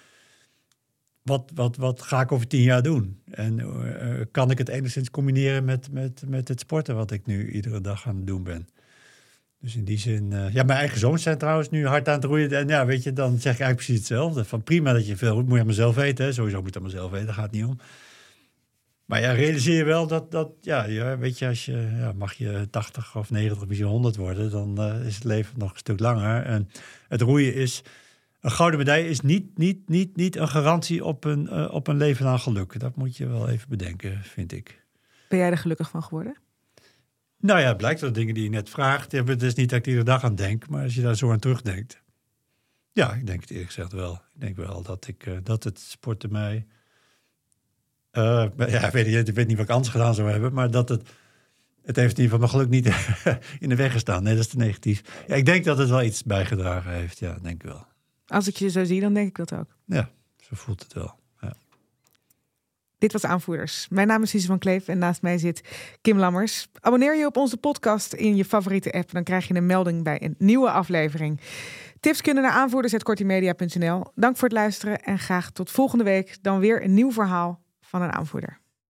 wat ga ik over 10 jaar doen? En kan ik het enigszins combineren met het sporten wat ik nu iedere dag aan het doen ben? Dus in die zin... mijn eigen zoons zijn trouwens nu hard aan het roeien. En weet je, dan zeg ik eigenlijk precies hetzelfde. Van prima dat je veel roeit, moet je aan mezelf weten. Hè? Sowieso moet je aan mezelf weten, daar gaat het niet om. Maar realiseer je wel dat weet je, als je mag je 80 of 90, misschien 100 worden, dan is het leven nog een stuk langer. En het roeien is... Een gouden medaille is niet een garantie op een leven aan geluk. Dat moet je wel even bedenken, vind ik. Ben jij er gelukkig van geworden? Nou ja, het blijkt dat dingen die je net vraagt. Het is niet dat ik iedere dag aan denk, maar als je daar zo aan terugdenkt. Ja, ik denk het eerlijk gezegd wel. Ik denk wel dat het sporten mij... ik weet niet wat ik anders gedaan zou hebben, maar dat het heeft in ieder geval mijn geluk niet in de weg gestaan. Nee, dat is te negatief. Ja, ik denk dat het wel iets bijgedragen heeft. Ja, denk ik wel. Als ik je zo zie, dan denk ik dat ook. Ja, zo voelt het wel. Ja. Dit was Aanvoerders. Mijn naam is Suze van Kleef en naast mij zit Kim Lammers. Abonneer je op onze podcast in je favoriete app. Dan krijg je een melding bij een nieuwe aflevering. Tips kunnen naar aanvoerders@kortimedia.nl. Dank voor het luisteren en graag tot volgende week. Dan weer een nieuw verhaal van een aanvoerder.